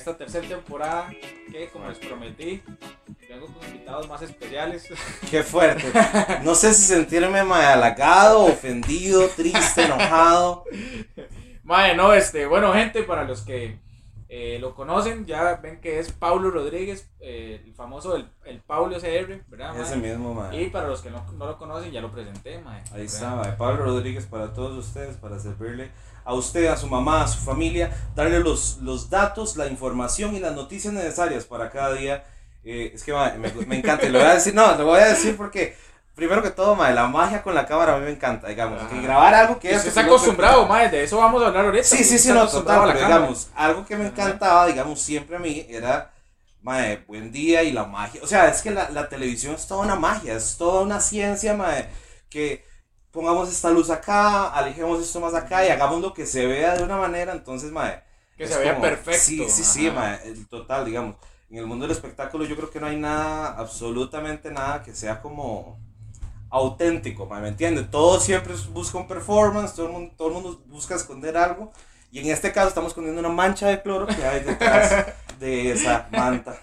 esta tercera temporada que, como les prometí, vengo con invitados más especiales. Qué fuerte. No sé si sentirme halagado, ofendido, triste, enojado. Mae, no, bueno, gente, para los que lo conocen, ya ven que es Paulo Rodríguez, el famoso el Paulo CR, ¿verdad, mae? Ese mismo, mae. Y para los que no lo conocen, ya lo presenté, mae. Ahí está, mae. Pablo Rodríguez para todos ustedes, para servirle a usted, a su mamá, a su familia, darle los datos, la información y las noticias necesarias para cada día. Es que mae, me encanta, y lo voy a decir, no, lo voy a decir porque, primero que todo, mae, la magia con la cámara a mí me encanta, digamos, que grabar algo que usted está acostumbrado, mae, de eso vamos a hablar ahorita. Sí, no, total, pero digamos, algo que me encantaba, digamos, siempre a mí era, mae, buen día y la magia, o sea, es que la televisión es toda una magia, es toda una ciencia, mae, que pongamos esta luz acá, alejemos esto más acá y hagamos lo que se vea de una manera, entonces, mae, que se vea perfecto. Sí, mae, total, digamos, en el mundo del espectáculo yo creo que no hay nada, absolutamente nada que sea como auténtico, ¿me entiendes? Todo siempre busca un performance, todo el mundo busca esconder algo, y en este caso estamos escondiendo una mancha de cloro que hay detrás de esa manta.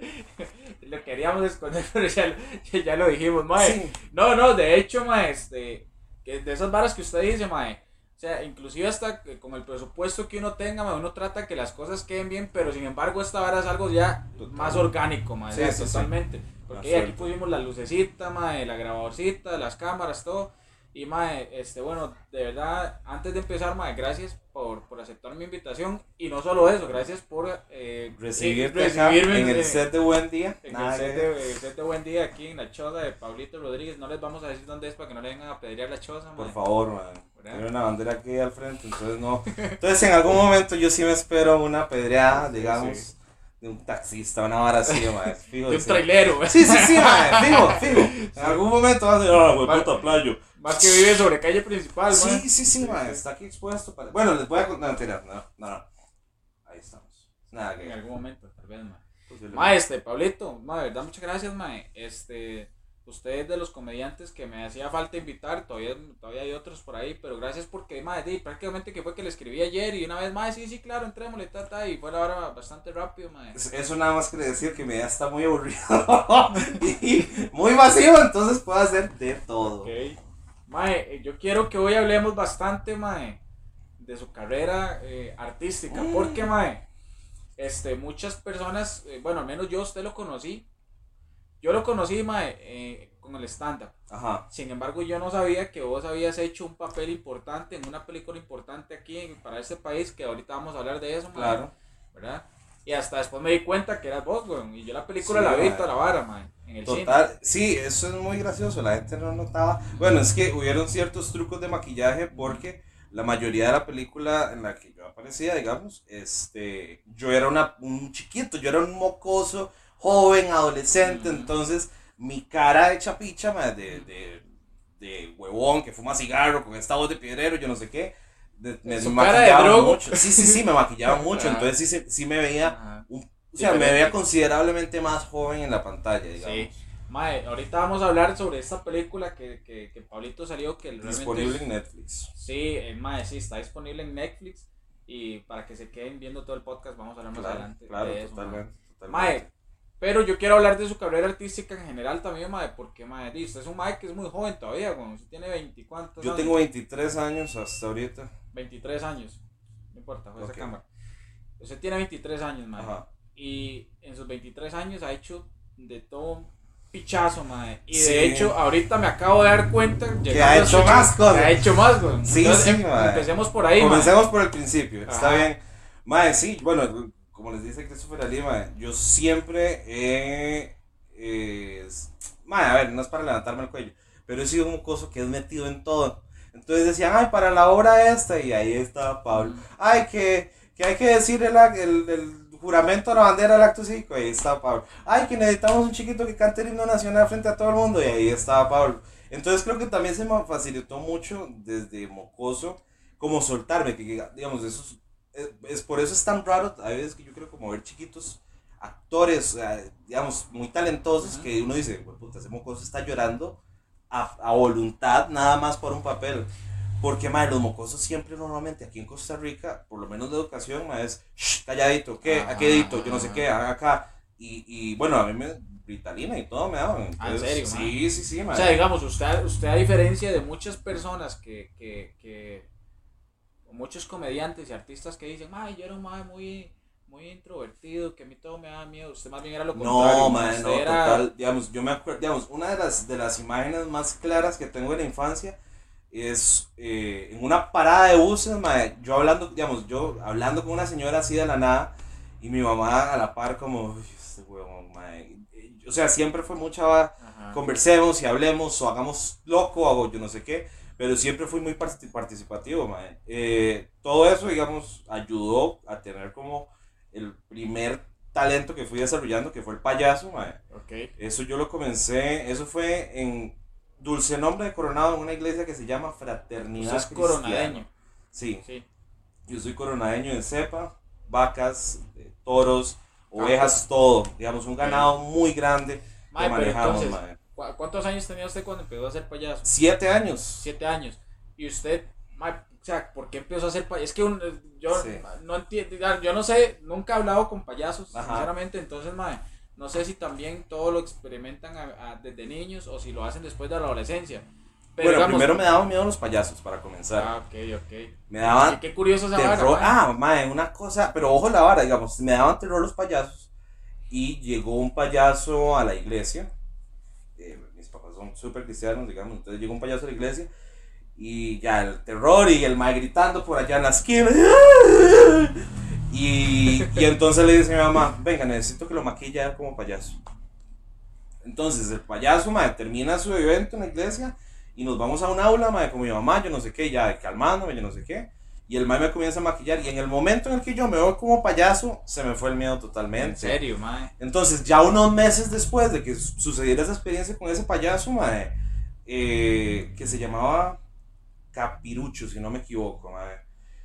Lo queríamos esconder, pero ya lo dijimos, mae. Sí. No, de hecho, mae, que de esas varas que usted dice, mae, o sea, inclusive hasta con el presupuesto que uno tenga, mae, uno trata que las cosas queden bien, pero sin embargo esta vara es algo ya más orgánico, mae, sí, totalmente. Porque aquí pusimos la lucecita, mae, la grabadorcita, las cámaras, todo. Y mae, bueno, de verdad, antes de empezar, mae, gracias por aceptar mi invitación. Y no solo eso, gracias por recibirme en el set de Buen Día. En el set de Buen Día, aquí en la choza de Pablito Rodríguez. No les vamos a decir dónde es para que no le vengan a apedrear la choza, por mae. favor, mae. Tiene una bandera aquí al frente, entonces no. Entonces en algún momento yo sí me espero una pedreada, digamos. Sí. De un taxista, una vara así, mae, fijo. De un trailero, Sí, mae, fijo. En algún momento vas a decir, güey, puta playo. Más que vive sobre calle principal, mae. Sí, mae, está aquí expuesto. Bueno, les voy a contar, no. Ahí estamos. Nada que en algún momento, tal vez, mae. Mae, Pablito, mae, verdad, muchas gracias, mae. Usted es de los comediantes que me hacía falta invitar, todavía hay otros por ahí, pero gracias porque, mae, prácticamente que fue que le escribí ayer y una vez, mae, sí, claro, entrémosle, y fue la hora bastante rápido, mae. Eso nada más quiere decir que mi día está muy aburrido y muy masivo, entonces puedo hacer de todo. Okay. Mae, yo quiero que hoy hablemos bastante, mae, de su carrera artística, porque, mae, muchas personas, bueno, al menos yo a usted lo conocí. Yo lo conocí, mae, con el stand-up. Ajá. Sin embargo, yo no sabía que vos habías hecho un papel importante en una película importante aquí para este país, que ahorita vamos a hablar de eso, mae. Claro. ¿Verdad? Y hasta después me di cuenta que eras vos, güey. Y yo la película la vi toda la vara, mae, en el total, cine. Sí, eso es muy gracioso, la gente no notaba. Bueno, es que hubieron ciertos trucos de maquillaje porque la mayoría de la película en la que yo aparecía, digamos, yo era un chiquito, yo era un mocoso, joven, adolescente, entonces mi cara hecha picha, de huevón que fuma cigarro con esta voz de piedrero, yo no sé qué, me maquillaba mucho. Sí, me maquillaba mucho, entonces sí me veía, me veía considerablemente más joven en la pantalla, digamos. Sí. Mae, ahorita vamos a hablar sobre esta película que Pablito salió, que disponible en Netflix. Sí, mae, sí, está disponible en Netflix, y para que se queden viendo todo el podcast vamos a hablar más adelante de eso. Totalmente. Mae, pero yo quiero hablar de su carrera artística en general también, mae, porque, mae, usted es un mae que es muy joven todavía, güey. Usted tiene 20 y cuántos Yo tengo 23 años hasta ahorita. 23 años, no importa, fue esa cámara. Usted tiene 23 años, mae. Ajá. Y en sus 23 años ha hecho de todo un pichazo, mae. Y de hecho, ahorita me acabo de dar cuenta que ha hecho más cosas. Que ha hecho más, güey. Sí, entonces, mae. Empecemos por ahí, Comencemos mae. por el principio, está bien. Mae, sí, bueno, como les dice Christopher Ali, mae, yo siempre mae, a ver, no es para levantarme el cuello, pero he sido un mocoso que es metido en todo. Entonces decían, ay, para la obra esta, y ahí estaba Pablo. Ay, que hay que decir el juramento a la bandera del acto cívico, ahí estaba Pablo. Ay, que necesitamos un chiquito que cante el himno nacional frente a todo el mundo, y ahí estaba Pablo. Entonces creo que también se me facilitó mucho desde mocoso como soltarme, que digamos, eso es por eso es tan raro, a veces que yo creo como ver chiquitos actores, digamos, muy talentosos, que uno dice, puta, ese mocoso está llorando a voluntad nada más por un papel. Porque, mae, los mocosos siempre normalmente aquí en Costa Rica, por lo menos de educación, mae, es "Shh, calladito, ¿qué? ¿A qué dito? Yo no sé qué, haga acá". Y bueno, a mí me Ritalina y todo me daban. ¿En Entonces, serio, mae? sí, O mae. sea, digamos, usted a diferencia de muchas personas o muchos comediantes y artistas que dicen, ay, yo era un mae muy introvertido, que a mí todo me daba miedo. Usted más bien era lo contrario, No, mae. mae, Usted no, era... total. Digamos, yo me acuerdo, digamos, una de las imágenes más claras que tengo de la infancia es en una parada de buses, mae, yo hablando, digamos, yo hablando con una señora así de la nada y mi mamá a la par como, "Uy, este huevón, mae". O sea, siempre fue mucha, Ajá. conversemos y hablemos o hagamos loco o yo no sé qué, pero siempre fui muy participativo, mae. Todo eso, digamos, ayudó a tener como el primer talento que fui desarrollando, que fue el payaso, mae. Ok. Eso yo lo comencé, eso fue en Dulce Nombre de Coronado, en una iglesia que se llama Usted es Fraternidad Cristiana. coronadeño. Sí, Sí. yo soy coronadeño de cepa, vacas, toros, Ah, ok. ovejas, todo. Digamos, un Ok. ganado muy grande que Mae, pero manejamos, entonces, mae. ¿cuántos años tenía usted cuando empezó a ser payaso? 7 años. 7 años. Y usted, mae, o sea, ¿por qué empezó a ser payaso? Es que yo Sí. no entiendo, yo no sé, nunca he hablado con payasos, Ajá. sinceramente, entonces, mae, no sé si también todo lo experimentan desde niños o si lo hacen después de la adolescencia. Pero Bueno, digamos, primero me daban miedo los payasos, para comenzar. ok, ok. Me daban Qué curioso esa vara, terror. mae. Ah, mae, una cosa, pero ojo la vara, digamos, me daban terror los payasos. Y llegó un payaso a la iglesia. Mis papás son súper cristianos, digamos. Entonces llegó un payaso a la iglesia. Y ya el terror y el mae gritando por allá en la esquina. Y entonces le dice a mi mamá: venga, necesito que lo maquille como payaso. Entonces el payaso, mae, termina su evento en la iglesia. Y nos vamos a un aula, mae, con mi mamá, yo no sé qué, ya calmándome, yo no sé qué. Y el mae me comienza a maquillar. Y en el momento en el que yo me veo como payaso, se me fue el miedo totalmente. En serio, mae. Entonces, ya unos meses después de que sucediera esa experiencia con ese payaso, mae, que se llamaba Capirucho, si no me equivoco, mae.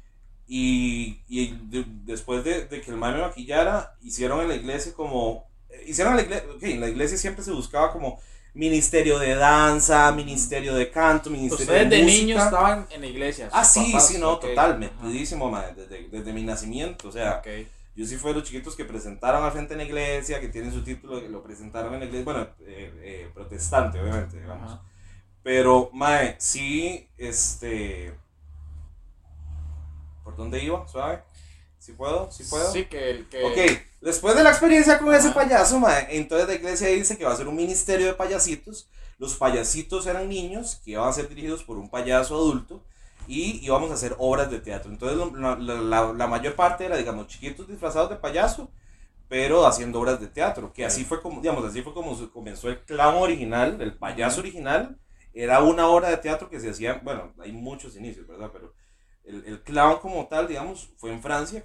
Después de que el mae me maquillara, hicieron en la iglesia como. Hicieron en la iglesia. Ok, en la iglesia siempre se buscaba como ministerio de danza, ministerio de canto, ministerio Ustedes de de música. niños estaban en la iglesia. Ah, Sus sí, papás, sí, no, ok. total, Ajá. metidísimo, mae, desde mi nacimiento, o sea. Ok. Yo sí fui de los chiquitos que presentaron al frente en la iglesia, que tienen su título, que lo presentaron en la iglesia, bueno, protestante, obviamente, digamos. Ajá. Pero, mae, sí, ¿por dónde iba? ¿Suave? ¿Sí puedo? ¿Sí puedo? Sí, que... Ok, después de la experiencia con ese Ajá. payaso, mae, entonces la iglesia dice que va a ser un ministerio de payasitos. Los payasitos eran niños que iban a ser dirigidos por un payaso adulto y íbamos a hacer obras de teatro. Entonces la mayor parte era, digamos, chiquitos disfrazados de payaso, pero haciendo obras de teatro, que así fue como, digamos, así fue como comenzó el clown original, el payaso original. Era una obra de teatro que se hacía, bueno, hay muchos inicios, ¿verdad? Pero el clown como tal, digamos, fue en Francia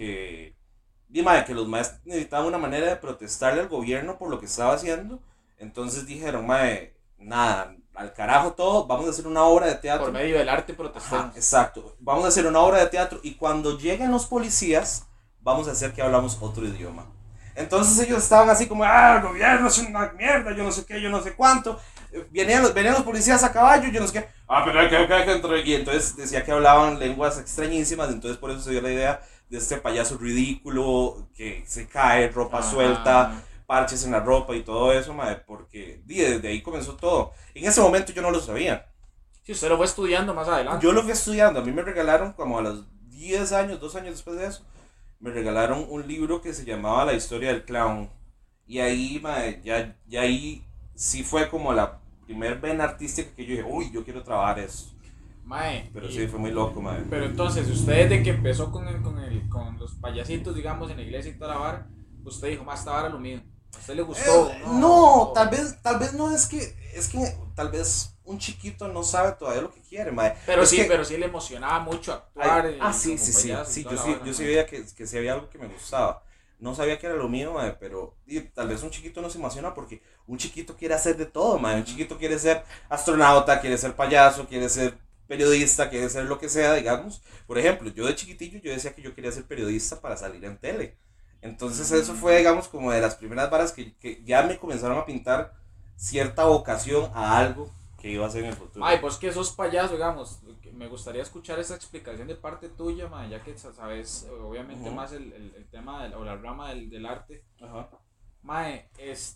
que los maestros necesitaban una manera de protestarle al gobierno por lo que estaba haciendo. Entonces dijeron, mae, nada, al carajo todo, vamos a hacer una obra de teatro. Por medio del arte Ajá, protestamos. exacto, vamos a hacer una obra de teatro y cuando lleguen los policías, vamos a hacer que hablamos otro idioma. Entonces ellos estaban así como, el gobierno es una mierda, yo no sé qué, yo no sé cuánto. Venían los policías a caballo, yo no sé qué. Pero hay que. Y entonces decía que hablaban lenguas extrañísimas, entonces por eso se dio la idea de este payaso ridículo que se cae, ropa suelta, parches en la ropa y todo eso, madre, porque desde ahí comenzó todo. En ese momento yo no lo sabía. Si usted lo fue estudiando más adelante. Yo lo fui estudiando, a mí me regalaron como a los 10 años, 2 años después de eso, me regalaron un libro que se llamaba La historia del clown. Y ahí, madre, ya ahí sí fue como la primer vena artística que yo dije, uy, yo quiero trabajar eso. Mae. Pero sí, fue muy loco, madre. Pero entonces, usted desde que empezó con los payasitos, digamos, en la iglesia y toda la vara, usted dijo, más esta vara lo mío. ¿A usted le gustó? No, tal vez no es que tal vez un chiquito no sabe todavía lo que quiere, madre. Pero sí le emocionaba mucho actuar. Sí, yo sí veía que sí había algo que me gustaba. No sabía que era lo mío, madre, pero tal vez un chiquito no se emociona porque un chiquito quiere hacer de todo, madre. Un chiquito quiere ser astronauta, quiere ser payaso, quiere ser periodista, quiere ser lo que sea, digamos. Por ejemplo, yo de chiquitillo yo decía que yo quería ser periodista para salir en tele. Entonces eso fue, digamos, como de las primeras varas que ya me comenzaron a pintar cierta vocación a algo qué iba a hacer en el futuro. Mae, vos que sos payaso, digamos, me gustaría escuchar esa explicación de parte tuya, mae, ya que sabes, obviamente, más el tema o la rama del arte. Ajá. Mae,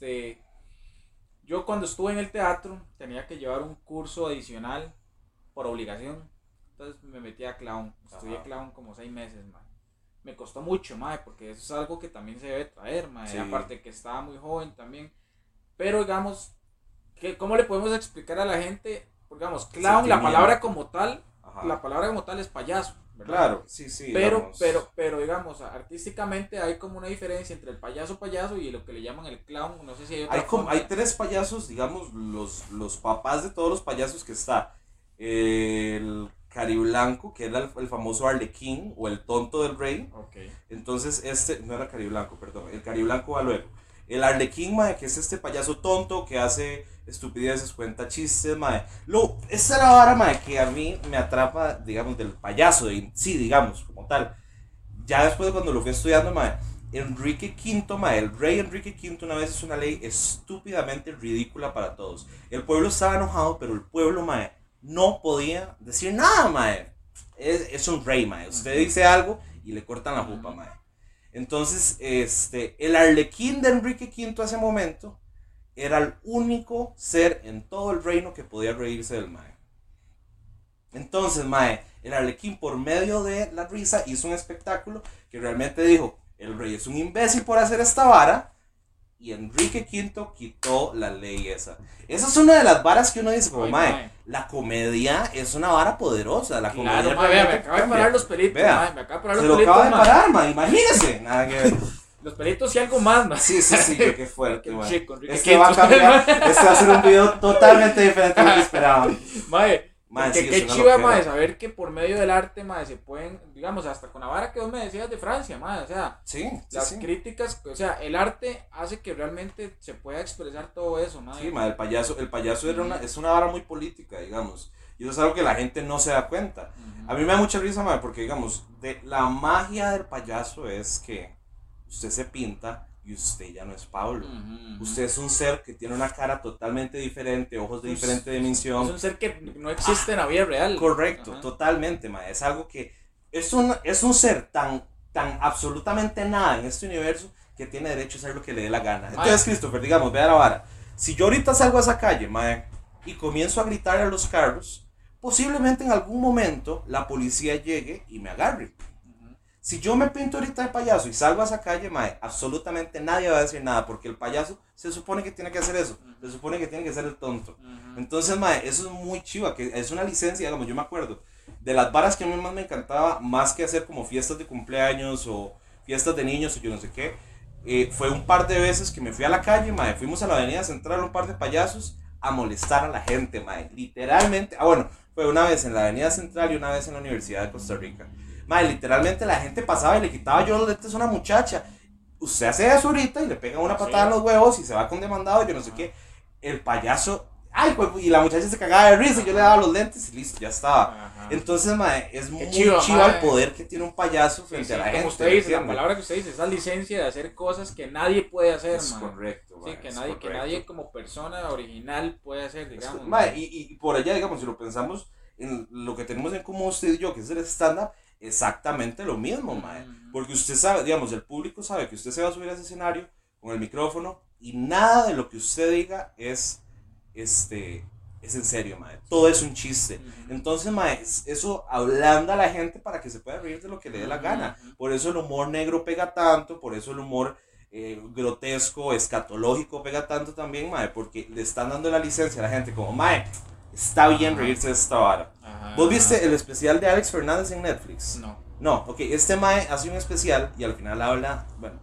yo cuando estuve en el teatro tenía que llevar un curso adicional por obligación. Entonces me metí a clown. Estudié clown como 6 meses, mae. Me costó mucho, mae, porque eso es algo que también se debe traer, mae. Sí. Aparte que estaba muy joven también. Pero digamos, ¿cómo le podemos explicar a la gente? Porque, digamos, clown, la palabra como tal, es payaso, ¿verdad? Claro, sí, pero digamos, artísticamente hay como una diferencia entre el payaso y lo que le llaman el clown. No sé si hay otra hay 3 payasos, digamos, los papás de todos los payasos, que está el Cariblanco, que era el famoso Arlequín o el tonto del rey. Okay. Entonces no era Cariblanco, perdón, el Cariblanco va luego. El Arlequín, mae, que es este payaso tonto que hace estupideces, cuenta chistes, mae. Esa es la vara, mae, que a mí me atrapa, digamos, del payaso, sí, digamos, como tal. Ya después de cuando lo fui estudiando, mae, Enrique V, mae, el rey Enrique V una vez hizo una ley estúpidamente ridícula para todos. El pueblo estaba enojado, pero el pueblo, mae, no podía decir nada, mae. Es un rey, mae. Usted dice algo y le cortan la jupa, mae. Entonces, el Arlequín de Enrique V a ese momento era el único ser en todo el reino que podía reírse del mae. Entonces, mae, el Arlequín, por medio de la risa, hizo un espectáculo que realmente dijo: el rey es un imbécil por hacer esta vara. Y Enrique V quitó la ley esa. Esa es una de las varas que uno dice, como, mae, la comedia es una vara poderosa. La comedia, mae, me acaba de parar los pelitos, vea, me acaba de parar los pelitos. Se lo acaba de parar, mae, imagínese. Nada que ver. Los pelitos y algo más, mae. Sí, qué fuerte, mae. Este va a cambiar, va a ser un video totalmente diferente a lo que esperaban. Mae, qué chiva, mae, saber que por medio del arte, mae, se pueden, digamos, hasta con la vara que vos me decías de Francia, mae, o sea, las críticas, o sea, el arte hace que realmente se pueda expresar todo eso, mae. Sí, mae, el payaso es una vara muy política, digamos, y eso es algo que la gente no se da cuenta. A mí me da mucha risa, mae, porque, digamos, la magia del payaso es que usted se pinta y usted ya no es Pablo. Usted es un ser que tiene una cara totalmente diferente, ojos de diferente dimensión. Es un ser que no existe en la vida real. Correcto, totalmente, mae. Es algo que es un ser tan absolutamente nada en este universo que tiene derecho a hacer lo que le dé la gana. Entonces, Christopher, digamos, vea la vara. Si yo ahorita salgo a esa calle, mae, y comienzo a gritar a los carros, posiblemente en algún momento la policía llegue y me agarre. Si yo me pinto ahorita de payaso y salgo a esa calle, mae, absolutamente nadie va a decir nada, porque el payaso se supone que tiene que hacer eso, se supone que tiene que ser el tonto. Entonces, mae, eso es muy chiva, que es una licencia, digamos, yo me acuerdo de las varas que a mí más me encantaba, más que hacer como fiestas de cumpleaños o fiestas de niños o yo no sé qué, fue un par de veces que me fui a la calle, mae, fuimos a la avenida central un par de payasos a molestar a la gente, mae, literalmente. Bueno, fue una vez en la avenida central y una vez en la Universidad de Costa Rica. Madre, literalmente la gente pasaba y le quitaba yo los lentes a una muchacha. Usted hace eso ahorita y le pega una patada en los huevos y se va con demandado, yo no sé qué. El payaso, y la muchacha se cagaba de risa y yo le daba los lentes y listo, ya estaba. Entonces, madre, es muy chido el poder que tiene un payaso frente a la gente. Como usted dice, la palabra que usted dice, esa licencia de hacer cosas que nadie puede hacer, es correcto, sí, que nadie como persona original puede hacer, digamos. Y por allá, digamos, si lo pensamos en lo que tenemos en común usted y yo, que es el stand-up, exactamente lo mismo, mae. Porque usted sabe, digamos, el público sabe que usted se va a subir a ese escenario con el micrófono y nada de lo que usted diga es en serio, mae. Todo es un chiste. Entonces, mae, eso ablanda a la gente para que se pueda reír de lo que le dé la gana. Por eso el humor negro pega tanto, por eso el humor grotesco, escatológico pega tanto también, mae, porque le están dando la licencia a la gente como, mae, está bien reírse de esta vara. ¿Vos viste el especial de Alex Fernández en Netflix? No, ok, este mae hace un especial y al final habla,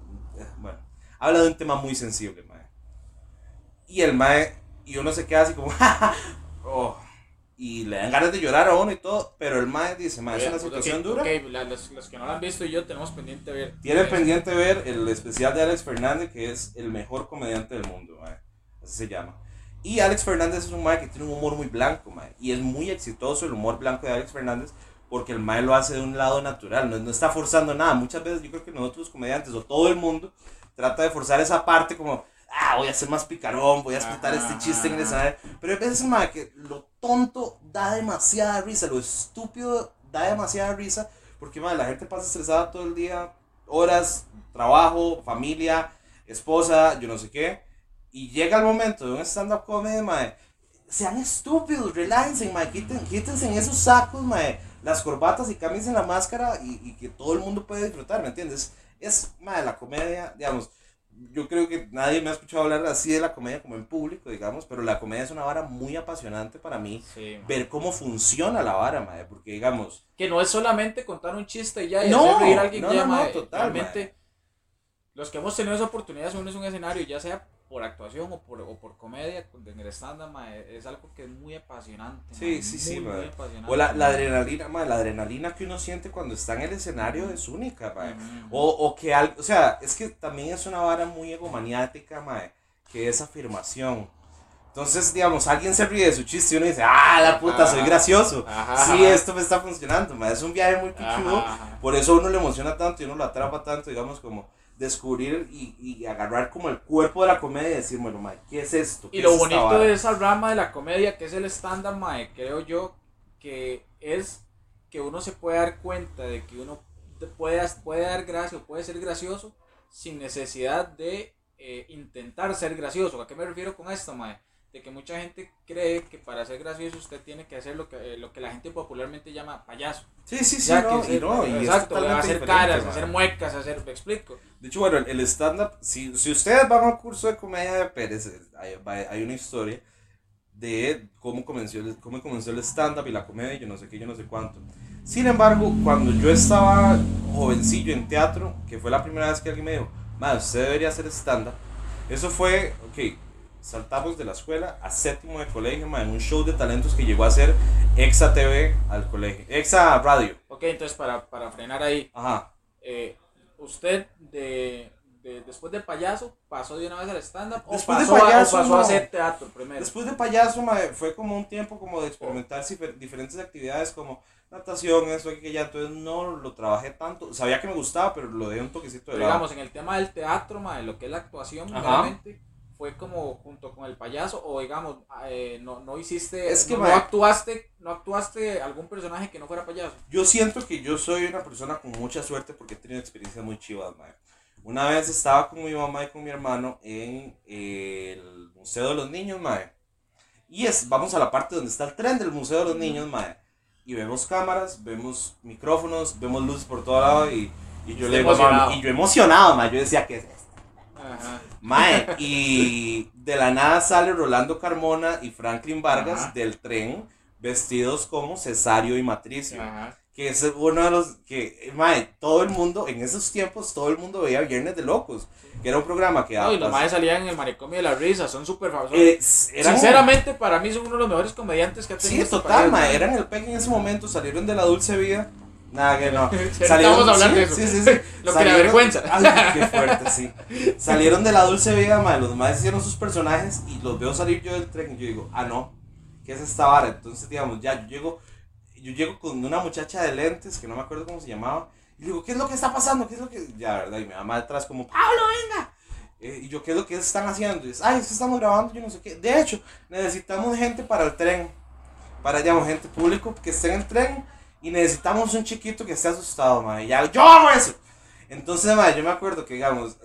habla de un tema muy sensible, mae. Y el mae, y uno se queda así como, y le dan ganas de llorar a uno y todo, pero el mae dice, mae, es una situación dura. Ok, los que no lo han visto y yo tenemos pendiente de ver. Tiene pendiente de ver el especial de Alex Fernández, que es el mejor comediante del mundo, mae. Así se llama. Y Alex Fernández es un mae que tiene un humor muy blanco, mae. Y es muy exitoso el humor blanco de Alex Fernández porque el mae lo hace de un lado natural, no está forzando nada. Muchas veces yo creo que nosotros comediantes o todo el mundo trata de forzar esa parte como, voy a ser más picarón, voy a explotar este chiste en el escenario. Pero hay veces, mae, que lo tonto da demasiada risa, lo estúpido da demasiada risa, porque, mae, la gente pasa estresada todo el día, horas, trabajo, familia, esposa, yo no sé qué, y llega el momento de un stand-up comedy, mae, sean estúpidos, relájense, mae, quítense en esos sacos, mae, las corbatas y cámbiense la máscara y que todo el mundo puede disfrutar, ¿me entiendes? Mae, la comedia, digamos, yo creo que nadie me ha escuchado hablar así de la comedia como en público, digamos, pero la comedia es una vara muy apasionante para mí, Sí, ver cómo funciona la vara, mae, porque digamos... que no es solamente contar un chiste y ya, y No, hacer reír a alguien no, ya, no, no, mae. total, Realmente, mae. los que hemos tenido esa oportunidad de subirnos a un escenario, ya sea por actuación o por comedia, en el stand-up, mae, es algo que es muy apasionante. Sí, mae, sí, muy mae. apasionante. O la adrenalina, mae, la adrenalina que uno siente cuando está en el escenario es única, mae. O que algo, o sea, es que también es una vara muy egomaniática, mae, que es afirmación. Entonces, digamos, alguien se ríe de su chiste y uno dice, la puta, soy gracioso. Ajá, Sí, ajá. esto me está funcionando, mae. Es un viaje muy pichudo, Ajá. por eso uno le emociona tanto y uno lo atrapa tanto, digamos, como descubrir y agarrar como el cuerpo de la comedia y decir, bueno, mae, ¿qué es esto? ¿Qué Y lo es esta bonito vara? de esa rama de la comedia, que es el stand-up, mae, creo yo, que es que uno se puede dar cuenta de que uno puede dar gracia o puede ser gracioso sin necesidad de intentar ser gracioso. ¿A qué me refiero con esto, mae? De que mucha gente cree que para ser gracioso usted tiene que hacer lo que la gente popularmente llama payaso. Sí, sí, sí, Ya no, que y no, y es exacto, totalmente hacer diferente, caras, mae. hacer muecas, me explico. De hecho, bueno, el stand-up, si ustedes van a un curso de comedia de Pérez, hay una historia de cómo comenzó el stand-up y la comedia, yo no sé qué, yo no sé cuánto. Sin embargo, cuando yo estaba jovencillo en teatro, que fue la primera vez que alguien me dijo, madre, usted debería hacer stand-up, eso fue, ok, saltamos de la escuela a séptimo de colegio, madre, en un show de talentos que llegó a ser Exa TV al colegio, Exa Radio. Ok, entonces para frenar ahí, Ajá. usted después de payaso pasó de una vez al stand-up o Después de pasó, payaso, o pasó no. a hacer teatro primero. Después de payaso, mae, fue como un tiempo como de experimentar diferentes actividades como natación, eso, aquí, que ya, entonces no lo trabajé tanto, sabía que me gustaba, pero lo dejé un toquecito de Pero lado. digamos, en el tema del teatro, mae, lo que es la actuación, Ajá. realmente fue como junto con el payaso o digamos, no hiciste, Es que, no mae, actuaste algún personaje que no fuera payaso. Yo siento que yo soy una persona con mucha suerte porque he tenido experiencias muy chivas, mae. Una vez estaba con mi mamá y con mi hermano en el Museo de los Niños, mae. Y vamos a la parte donde está el tren del Museo de los Niños, mae. Y vemos cámaras, vemos micrófonos, vemos luces por todo lado y yo le digo, emocionado. mami, y yo emocionado, mae. Yo decía, ¿qué es esto? Ajá. Mae, y de la nada sale Rolando Carmona y Franklin Vargas Ajá. del tren vestidos como Cesario y Matricio. Ajá. Que es uno de los que, mae, todo el mundo, en esos tiempos, todo el mundo veía Viernes de Locos, que era un programa que No, y los maes salían en el manicomio de la risa, son súper famosos. Sinceramente, para mí son uno de los mejores comediantes que ha tenido Sí, este total, país, mae, eran el pegue en ese momento, salieron de La Dulce Vida. Nada que no. Vamos a hablar sí, de eso. Sí, sí, sí. Lo que le avergüenza. Ay, qué fuerte, sí. Salieron de La Dulce Vida, mae, los maes hicieron sus personajes y los veo salir yo del tren y yo digo, no, ¿qué es esta vara? Entonces, digamos, ya yo llego con una muchacha de lentes, que no me acuerdo cómo se llamaba, y digo, ¿qué es lo que está pasando? ¿Qué es lo que...? Ya, ¿verdad? Y mi mamá detrás como, ¡Pablo, venga! Y yo, ¿qué es lo que están haciendo? Y dice, es que estamos grabando, yo no sé qué. De hecho, necesitamos gente para el tren, para, digamos, gente público que esté en el tren, y necesitamos un chiquito que esté asustado, madre. Ya, yo hago eso. Entonces, madre, yo me acuerdo que, digamos,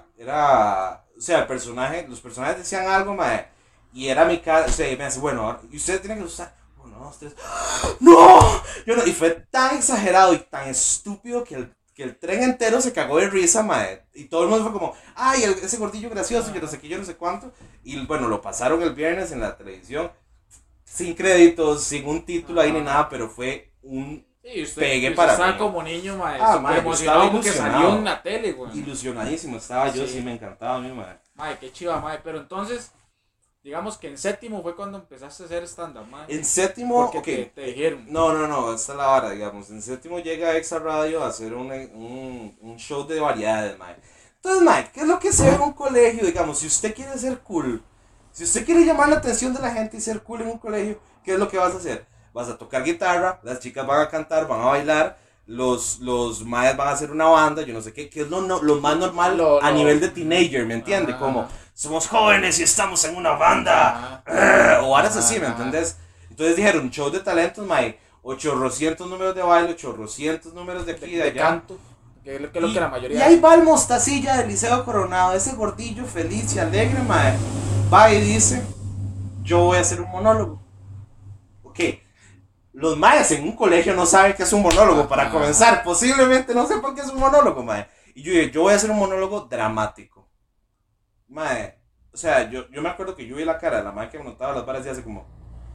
o sea, los personajes decían algo, madre, y era mi cara, o sea, y me dice, bueno, ahora, y ustedes tienen que asustar. 1, 2, 3. ¡No! Yo no, y fue tan exagerado y tan estúpido que el tren entero se cagó de risa, mae. Y todo el mundo fue como, ay, ese gordillo gracioso, yo no sé qué, yo no sé cuánto. Y bueno, lo pasaron el viernes en la televisión, sin créditos, sin un título ahí ni nada, pero fue un Sí, usted, pegue usted para estaba mí. como niño, mae, Ah, súper mae, yo emocionado estaba porque ilusionado. salió en la tele, güey. Ilusionadísimo estaba yo, Sí. sí me encantaba a mí, mae. Mae, qué chiva, mae. Pero entonces, digamos que en séptimo fue cuando empezaste a hacer stand-up, mae. En séptimo, Porque ok. te dijeron. No, esta es la vara, digamos. En séptimo llega Exa Radio a hacer un show de variedades, mae. Entonces, mae, ¿qué es lo que se ve en un colegio? Digamos, si usted quiere ser cool, si usted quiere llamar la atención de la gente y ser cool en un colegio, ¿qué es lo que vas a hacer? Vas a tocar guitarra, las chicas van a cantar, van a bailar, los maes van a hacer una banda, yo no sé qué, que es lo más normal a nivel de teenager, ¿me entiende? Ajá. Como somos jóvenes y estamos en una banda. O ahora es así, ¿me entendés? Entonces dijeron, show de talentos, mae, 800 números de baile, 800 números de aquí, de allá. Canto, que es lo que la mayoría y ahí va el mostacilla del Liceo Coronado, ese gordillo feliz y alegre, mae. Va y dice, yo voy a hacer un monólogo. Ok, los maes en un colegio no saben qué es un monólogo para comenzar. Posiblemente no sepan qué es un monólogo, mae. Y yo dije, yo voy a hacer un monólogo dramático. Mae, o sea, yo me acuerdo que yo vi la cara de la mae que me notaba las varas y hace como...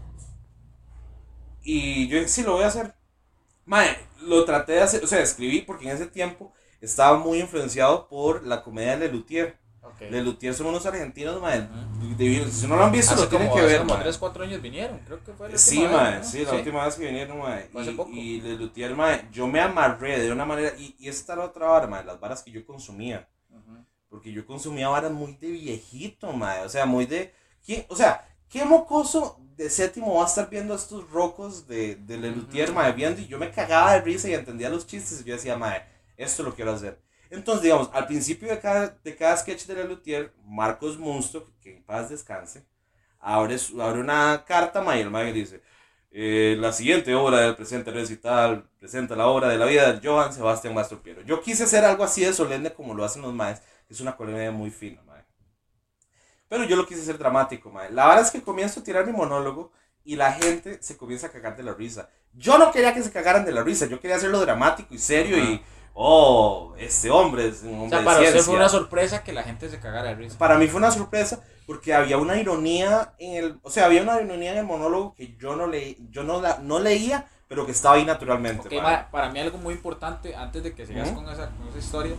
Y yo dije, sí, lo voy a hacer. Mae, lo traté de hacer, o sea, escribí porque en ese tiempo estaba muy influenciado por la comedia de Lelutier. Okay. Lelutier son unos argentinos, mae. Si no lo han visto, lo tienen que ver, como mae. 3-4 años vinieron, creo que fue la Sí, última mae, vez, ¿no? sí, la última vez que vinieron, mae. Hace poco. Y Lelutier, mae, yo me amarré de una manera, y esta era otra vara, mae, las varas que yo consumía. Porque yo consumía varas muy de viejito, mae, o sea, muy de... O sea, ¿qué mocoso de séptimo va a estar viendo a estos rocos de Lelutier, mae, viendo? Y yo me cagaba de risa y entendía los chistes y yo decía, mae, esto lo quiero hacer. Entonces, digamos, al principio de cada sketch de Lelutier, Marcos Munsto, que en paz descanse, abre una carta, mae, y el mae dice, la siguiente obra del presente recital presenta la obra de la vida del Johann Sebastián Mastropiero. Yo quise hacer algo así de solemne como lo hacen los maes, que es una comedia muy fina, mae. Pero yo lo quise hacer dramático, mae. La verdad es que comienzo a tirar mi monólogo y la gente se comienza a cagar de la risa. Yo no quería que se cagaran de la risa, yo quería hacerlo dramático y serio y... Oh, este hombre es un hombre de ciencia. Para usted fue una sorpresa que la gente se cagara de risa. Para mí fue una sorpresa porque había una ironía en el... O sea, había una ironía en el monólogo que yo no leía, pero que estaba ahí naturalmente. Okay, mae, para mí algo muy importante, antes de que sigas con esa historia,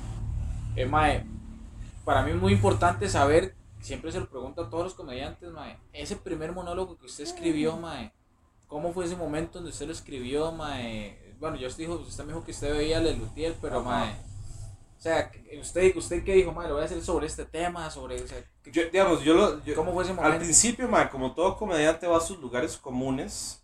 mae, para mí es muy importante saber, siempre se lo pregunto a todos los comediantes, mae, ese primer monólogo que usted escribió, mae, ¿cómo fue ese momento donde usted lo escribió, mae? Bueno, usted me dijo que usted veía a Lelutier, pero mae, o sea, usted qué dijo, mae, lo voy a hacer sobre este tema, sobre, o sea, ¿cómo fue ese momento? Al principio, mae, como todo comediante va a sus lugares comunes,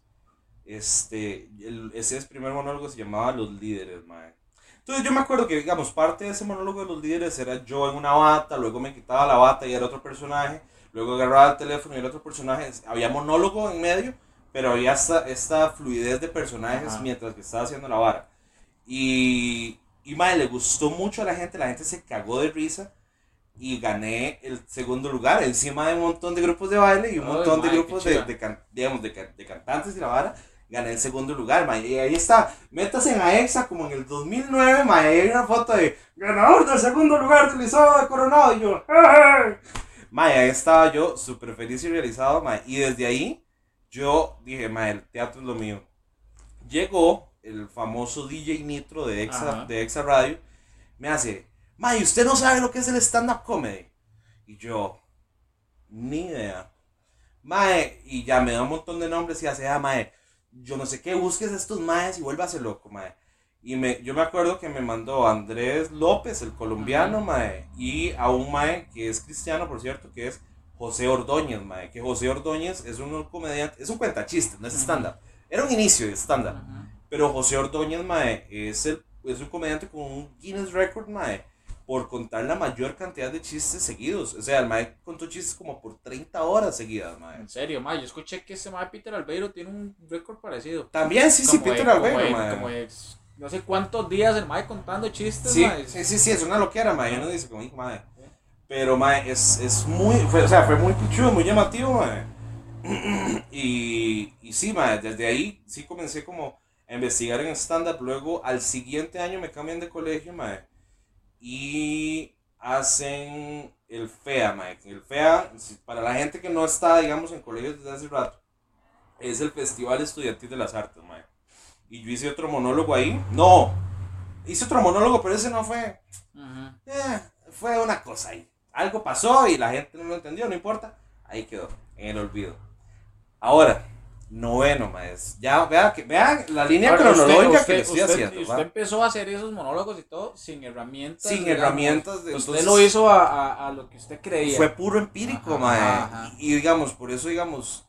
ese primer monólogo se llamaba Los Líderes, mae. Entonces yo me acuerdo que, digamos, parte de ese monólogo de Los Líderes era yo en una bata, luego me quitaba la bata y era otro personaje, luego agarraba el teléfono y era otro personaje, había monólogo en medio, pero había esta fluidez de personajes mientras que estaba haciendo la vara. Y mae, le gustó mucho a la gente se cagó de risa y gané el segundo lugar encima de un montón de grupos de baile y un montón de grupos de cantantes y la vara. Gané el segundo lugar, mae. Y ahí está, métase en AEXA como en el 2009, mae. Hay una foto de ganador del segundo lugar del Liceo de Coronado. Y yo, ¡hey! Mae, ahí estaba yo súper feliz y realizado, mae. Y desde ahí, yo dije, mae, el teatro es lo mío. Llegó el famoso DJ Nitro de Exa Radio. Me hace, mae, ¿usted no sabe lo que es el stand-up comedy? Y yo, ni idea. Mae, y ya me da un montón de nombres y hace, mae, yo no sé qué, busques estos maes y vuélvase loco, mae. Y yo me acuerdo que me mandó a Andrés López, el colombiano, mae, y a un mae que es cristiano, por cierto, que es José Ordóñez, mae. Que José Ordóñez es un comediante, es un cuentachistes, no es stand-up. Era un inicio de stand-up. Pero José Ordóñez, mae, es un comediante con un Guinness Record, mae, por contar la mayor cantidad de chistes seguidos. O sea, el mae contó chistes como por 30 horas seguidas, mae. En serio, mae, yo escuché que ese mae Peter Albeiro tiene un récord parecido. También, sí, Peter Albeiro, mae. Como no sé cuántos días el mae contando chistes, sí, mae. Sí, es una loquera, mae. Yo no dice como hijo, mae. Pero, mae, fue muy pichudo, muy llamativo, mae. y sí, mae, desde ahí sí comencé como a investigar en stand-up. Luego, al siguiente año me cambian de colegio, mae. Y hacen el FEA, mae. El FEA, para la gente que no está, digamos, en colegios desde hace rato, es el Festival Estudiantil de las Artes, mae. Y yo hice otro monólogo ahí. No, hice otro monólogo, pero ese no fue. Fue una cosa ahí. Algo pasó y la gente no lo entendió, no importa. Ahí quedó, en el olvido. Ahora, noveno, maestro. Ya, vean la línea cronológica que le estoy haciendo. Usted empezó a hacer esos monólogos y todo sin herramientas. Sin herramientas. Usted lo hizo a lo que usted creía. Fue puro empírico, mae. Y digamos, por eso, digamos,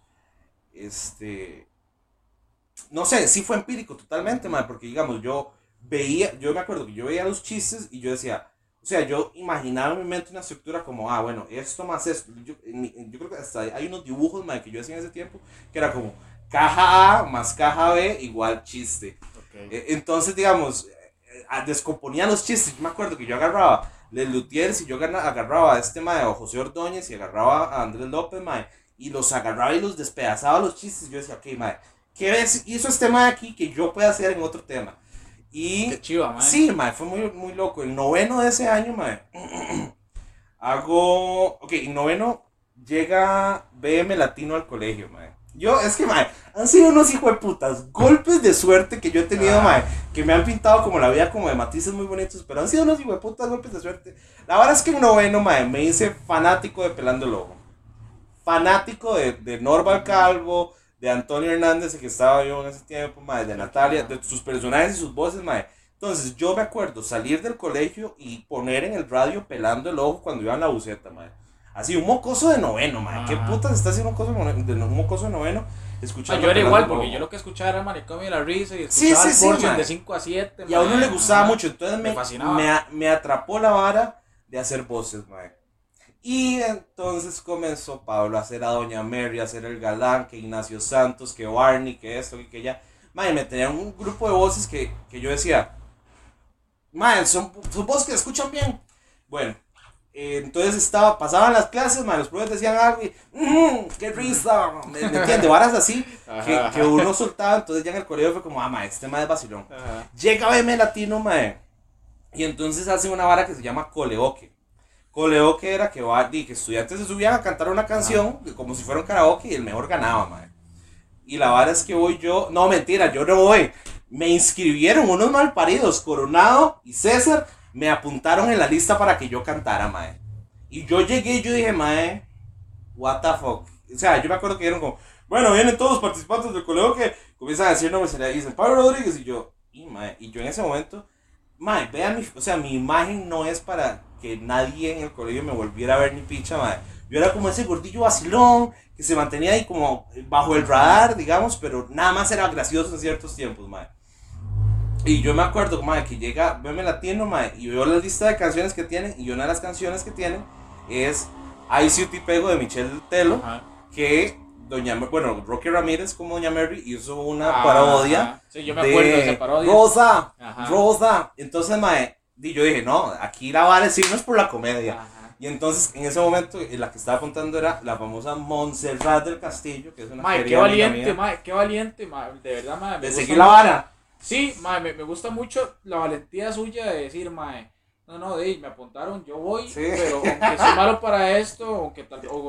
no sé, sí fue empírico totalmente, mae. Porque, digamos, yo me acuerdo que yo veía los chistes y yo decía, o sea, yo imaginaba en mi mente una estructura como, bueno, esto más esto. Yo creo que hasta hay unos dibujos, mae, que yo hacía en ese tiempo, que era como caja A más caja B igual chiste. Ok. Entonces, digamos, descomponía los chistes. Yo me acuerdo que yo agarraba Les Lutiers y yo agarraba a este mae, o José Ordóñez, y agarraba a Andrés López, mae, y los agarraba y los despedazaba los chistes. Yo decía, ok, mae, ¿qué hizo este mae aquí que yo pueda hacer en otro tema? Y Qué chiva, mae. sí, mae, fue muy, muy loco. El noveno de ese año, mae, en noveno llega BM Latino al colegio, mae. Es que, mae, han sido unos hijos de putas golpes de suerte que yo he tenido, mae, que me han pintado como la vida como de matices muy bonitos, pero han sido unos hijos de putas golpes de suerte. La verdad es que en noveno, mae, me hice fanático de Pelando el Ojo. Fanático de Norval Calvo, de Antonio Hernández, que estaba yo en ese tiempo, mae, de Natalia, de sus personajes y sus voces, mae. Entonces, yo me acuerdo salir del colegio y poner en el radio Pelando el Ojo cuando iba en la buceta, mae. Así, un mocoso de noveno, mae. ¿Qué putas está haciendo un mocoso de noveno? Escuchando yo era igual, porque yo lo que escuchaba era Maricón y la risa y escuchaba el Portion de 5 a 7. Y a uno le gustaba mucho, entonces me fascinaba. Me atrapó la vara de hacer voces, mae. Y entonces comenzó Pablo a hacer a Doña Mary, a hacer el galán, que Ignacio Santos, que Barney, que esto, que ya. Mae, me tenían un grupo de voces que yo decía, mae, son voces que escuchan bien. Bueno, entonces pasaban las clases, mae, los profesores decían algo y, qué risa, ¿me entiendes? Varas así que uno soltaba, entonces ya en el colegio fue como, mae, este mae es vacilón. Llega BM Latino, mae, y entonces hacen una vara que se llama coleoque. Coleoque era que estudiantes se subían a cantar una canción como si fuera un karaoke y el mejor ganaba, mae. Y la vara es que voy yo, no mentira, yo no voy. Me inscribieron unos malparidos, Coronado y César, me apuntaron en la lista para que yo cantara, mae. Y yo llegué y yo dije, mae, what the fuck. O sea, yo me acuerdo que dieron como, bueno, vienen todos los participantes del coleoque, comienzan a decir nombres y le dicen Pablo Rodríguez y yo en ese momento, mae, vean mi imagen no es para que nadie en el colegio me volviera a ver ni picha, mae. Yo era como ese gordillo vacilón que se mantenía ahí como bajo el radar, digamos, pero nada más era gracioso en ciertos tiempos, mae. Y yo me acuerdo, mae, que llega BM Latino, mae, y veo la lista de canciones que tienen, y una de las canciones que tienen es Ay Si Te Pego de Michelle Telo, que Rocky Ramírez como Doña Mary hizo una parodia. Sí, yo me acuerdo de esa parodia. Rosa. Entonces, mae, yo dije, no, aquí la vale sí, no es por la comedia. Y entonces, en ese momento, la que estaba apuntando era la famosa Montserrat del Castillo, que es una qué valiente, mae, qué valiente, mae, de verdad, mae. De seguir la vara. Sí, mae, me gusta mucho la valentía suya de decir, mae, no, me apuntaron, yo voy, sí. Pero aunque soy malo para esto, aunque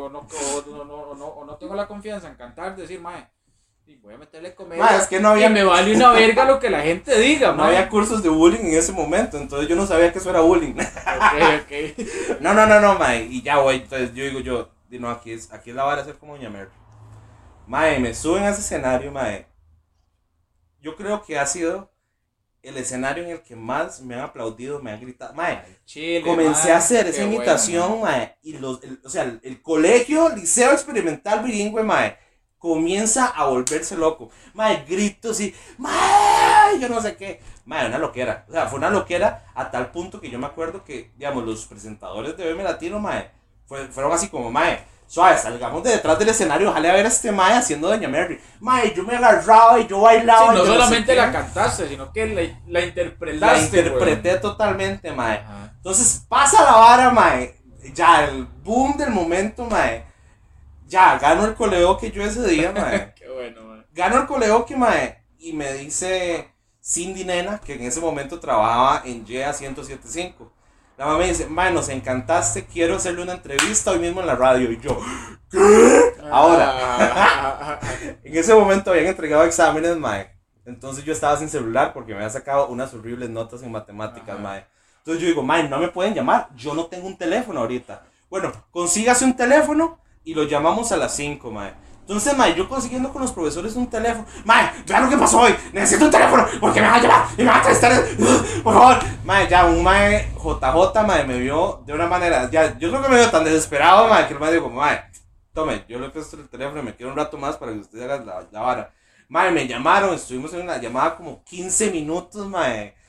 no tengo la confianza en cantar, decir, mae, voy a meterle comedia. Ma, es que no había... Y me vale una verga lo que la gente diga, no había cursos de bullying en ese momento, entonces yo no sabía que eso era bullying. Ok. No, mae, y ya voy, entonces yo digo, no, aquí es la vara de ser como Doña Mary. Mae, me suben a ese escenario, mae. Yo creo que ha sido el escenario en el que más me han aplaudido, me han gritado. Mae, Chile, comencé mae, a hacer esa imitación, bueno, mae, y el colegio, liceo experimental bilingüe, mae, comienza a volverse loco. Mae, gritos y, mae, yo no sé qué. Mae, una loquera. O sea, fue una loquera a tal punto que yo me acuerdo que, digamos, los presentadores de BM Latino, mae, fueron así como, mae, suave, salgamos de detrás del escenario, ojalá a ver a este mae haciendo Doña Mary. Mae, yo me agarraba y yo bailaba. Sí, no solamente la cantaste, sino que la interpretaste. La interpreté totalmente, mae. Ajá. Entonces, pasa la vara, mae. Ya, el boom del momento, mae. Ya, gano el coleoque yo ese día, mae. Qué bueno, mae. Gano el coleoque, mae. Y me dice Cindy Nena, que en ese momento trabajaba en YEA 107.5. La mamá me dice, mae, nos encantaste, quiero hacerle una entrevista hoy mismo en la radio. Y yo, ¿qué? Ahora, en ese momento habían entregado exámenes, mae. Entonces yo estaba sin celular porque me había sacado unas horribles notas en matemáticas, mae. Entonces yo digo, mae, no me pueden llamar, yo no tengo un teléfono ahorita. Bueno, consígase un teléfono y lo llamamos a las 5, mae. Entonces, mae, yo consiguiendo con los profesores un teléfono. Mae, vean lo que pasó hoy. Necesito un teléfono porque me van a llamar y me van a entrevistar. Por favor. Mae, ya, un mae JJ, mae, me vio de una manera. Ya, yo creo que me vio tan desesperado, mae, que el mae dijo, mae, tome, yo le he puesto el teléfono y me quedo un rato más para que usted haga la vara. Mae, me llamaron, estuvimos en una llamada como 15 minutos, mae.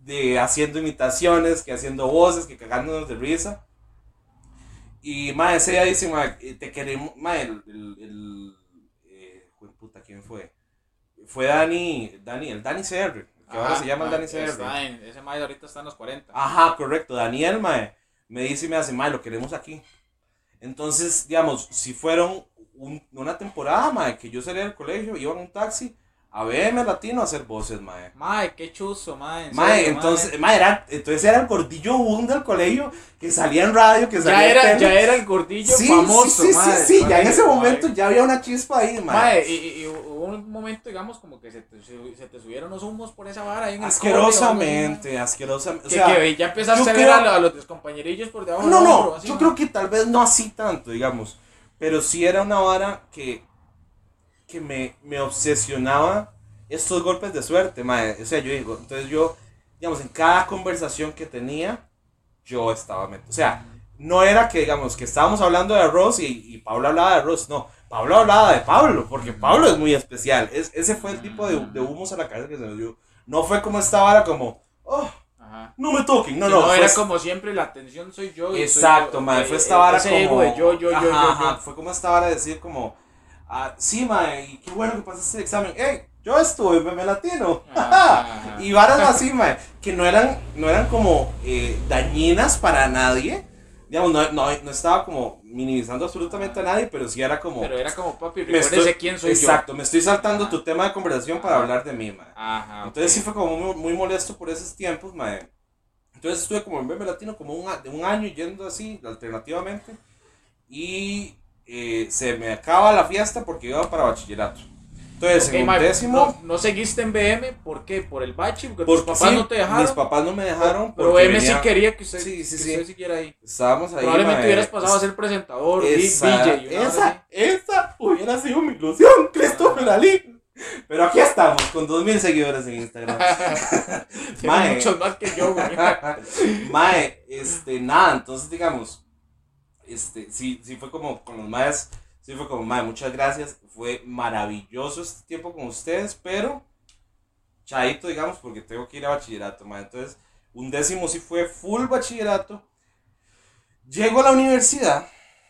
de haciendo imitaciones, que haciendo voces, que cagándonos de risa. Y mae, ese día dice, mae, te queremos, mae, puta, ¿quién fue? Fue el Dani CR, que ahora se llama el Dani CR. Ese mae ahorita está en los 40. Ajá, correcto, Daniel, mae, me dice y me hace, mae, lo queremos aquí. Entonces, digamos, si fueron una temporada, mae, que yo salía del colegio, iba en un taxi a BM Latino a hacer voces, mae. Mae, qué chuzo, mae. Mae, entonces, mae, entonces era el gordillo boom del colegio que salía en radio, que salía ya era el gordillo sí, famoso, sí, mae. Sí, ya en ese momento ya había una chispa ahí, mae. Mae, y hubo un momento, digamos, como que se te subieron los humos por esa vara ahí en el asquerosamente. O sea, que ya empezaste a ver a los compañerillos por debajo del hombro, así, yo mae. creo que tal vez no así tanto, digamos, pero sí era una vara que me obsesionaba estos golpes de suerte, mae. O sea, entonces yo, digamos, en cada conversación que tenía, yo estaba metido. O sea, no era que, digamos, que estábamos hablando de arroz y Pablo hablaba de arroz, no. Pablo hablaba de Pablo, porque Pablo es muy especial. Ese fue el tipo de humos a la cabeza que se nos dio. No fue como esta vara como, Ajá. no me toquen. No, no. Era como siempre, la atención soy yo. Exacto, mae. Fue esta vara como. De yo. Fue como esta vara de decir como, sí, mae, y qué bueno que pasaste el examen. ¡Ey! Yo estuve en Meme Latino. Y varas así, mae, que no eran como dañinas para nadie. Digamos, no estaba como minimizando absolutamente a nadie, pero sí era como. Pero era como, papi, recuérdese quién soy yo. Exacto, me estoy saltando tu tema de conversación para hablar de mí, mae. Entonces sí fue como muy, muy molesto por esos tiempos, mae. Entonces estuve como en Meme Latino como un año yendo así, alternativamente. Y se me acaba la fiesta porque iba para bachillerato. Entonces, en un décimo. No seguiste en BM, ¿por qué? ¿Por el bachi? Porque tus papás no te dejaron. Mis papás no me dejaron. Pero BM sí quería que usted, usted siguiera ahí. Estábamos ahí. Probablemente hubieras pasado a ser presentador, DJ. Esa hubiera sido mi ilusión, Christopher Ali. Pero aquí estamos, con 2000 seguidores en Instagram. Mae, muchos más que yo, güey. Mae, nada, entonces digamos, sí fue como con los maes. Sí, fue como, mae, muchas gracias. Fue maravilloso este tiempo con ustedes, pero chaito, digamos, porque tengo que ir a bachillerato, mae. Entonces, un décimo sí fue full bachillerato. Llego a la universidad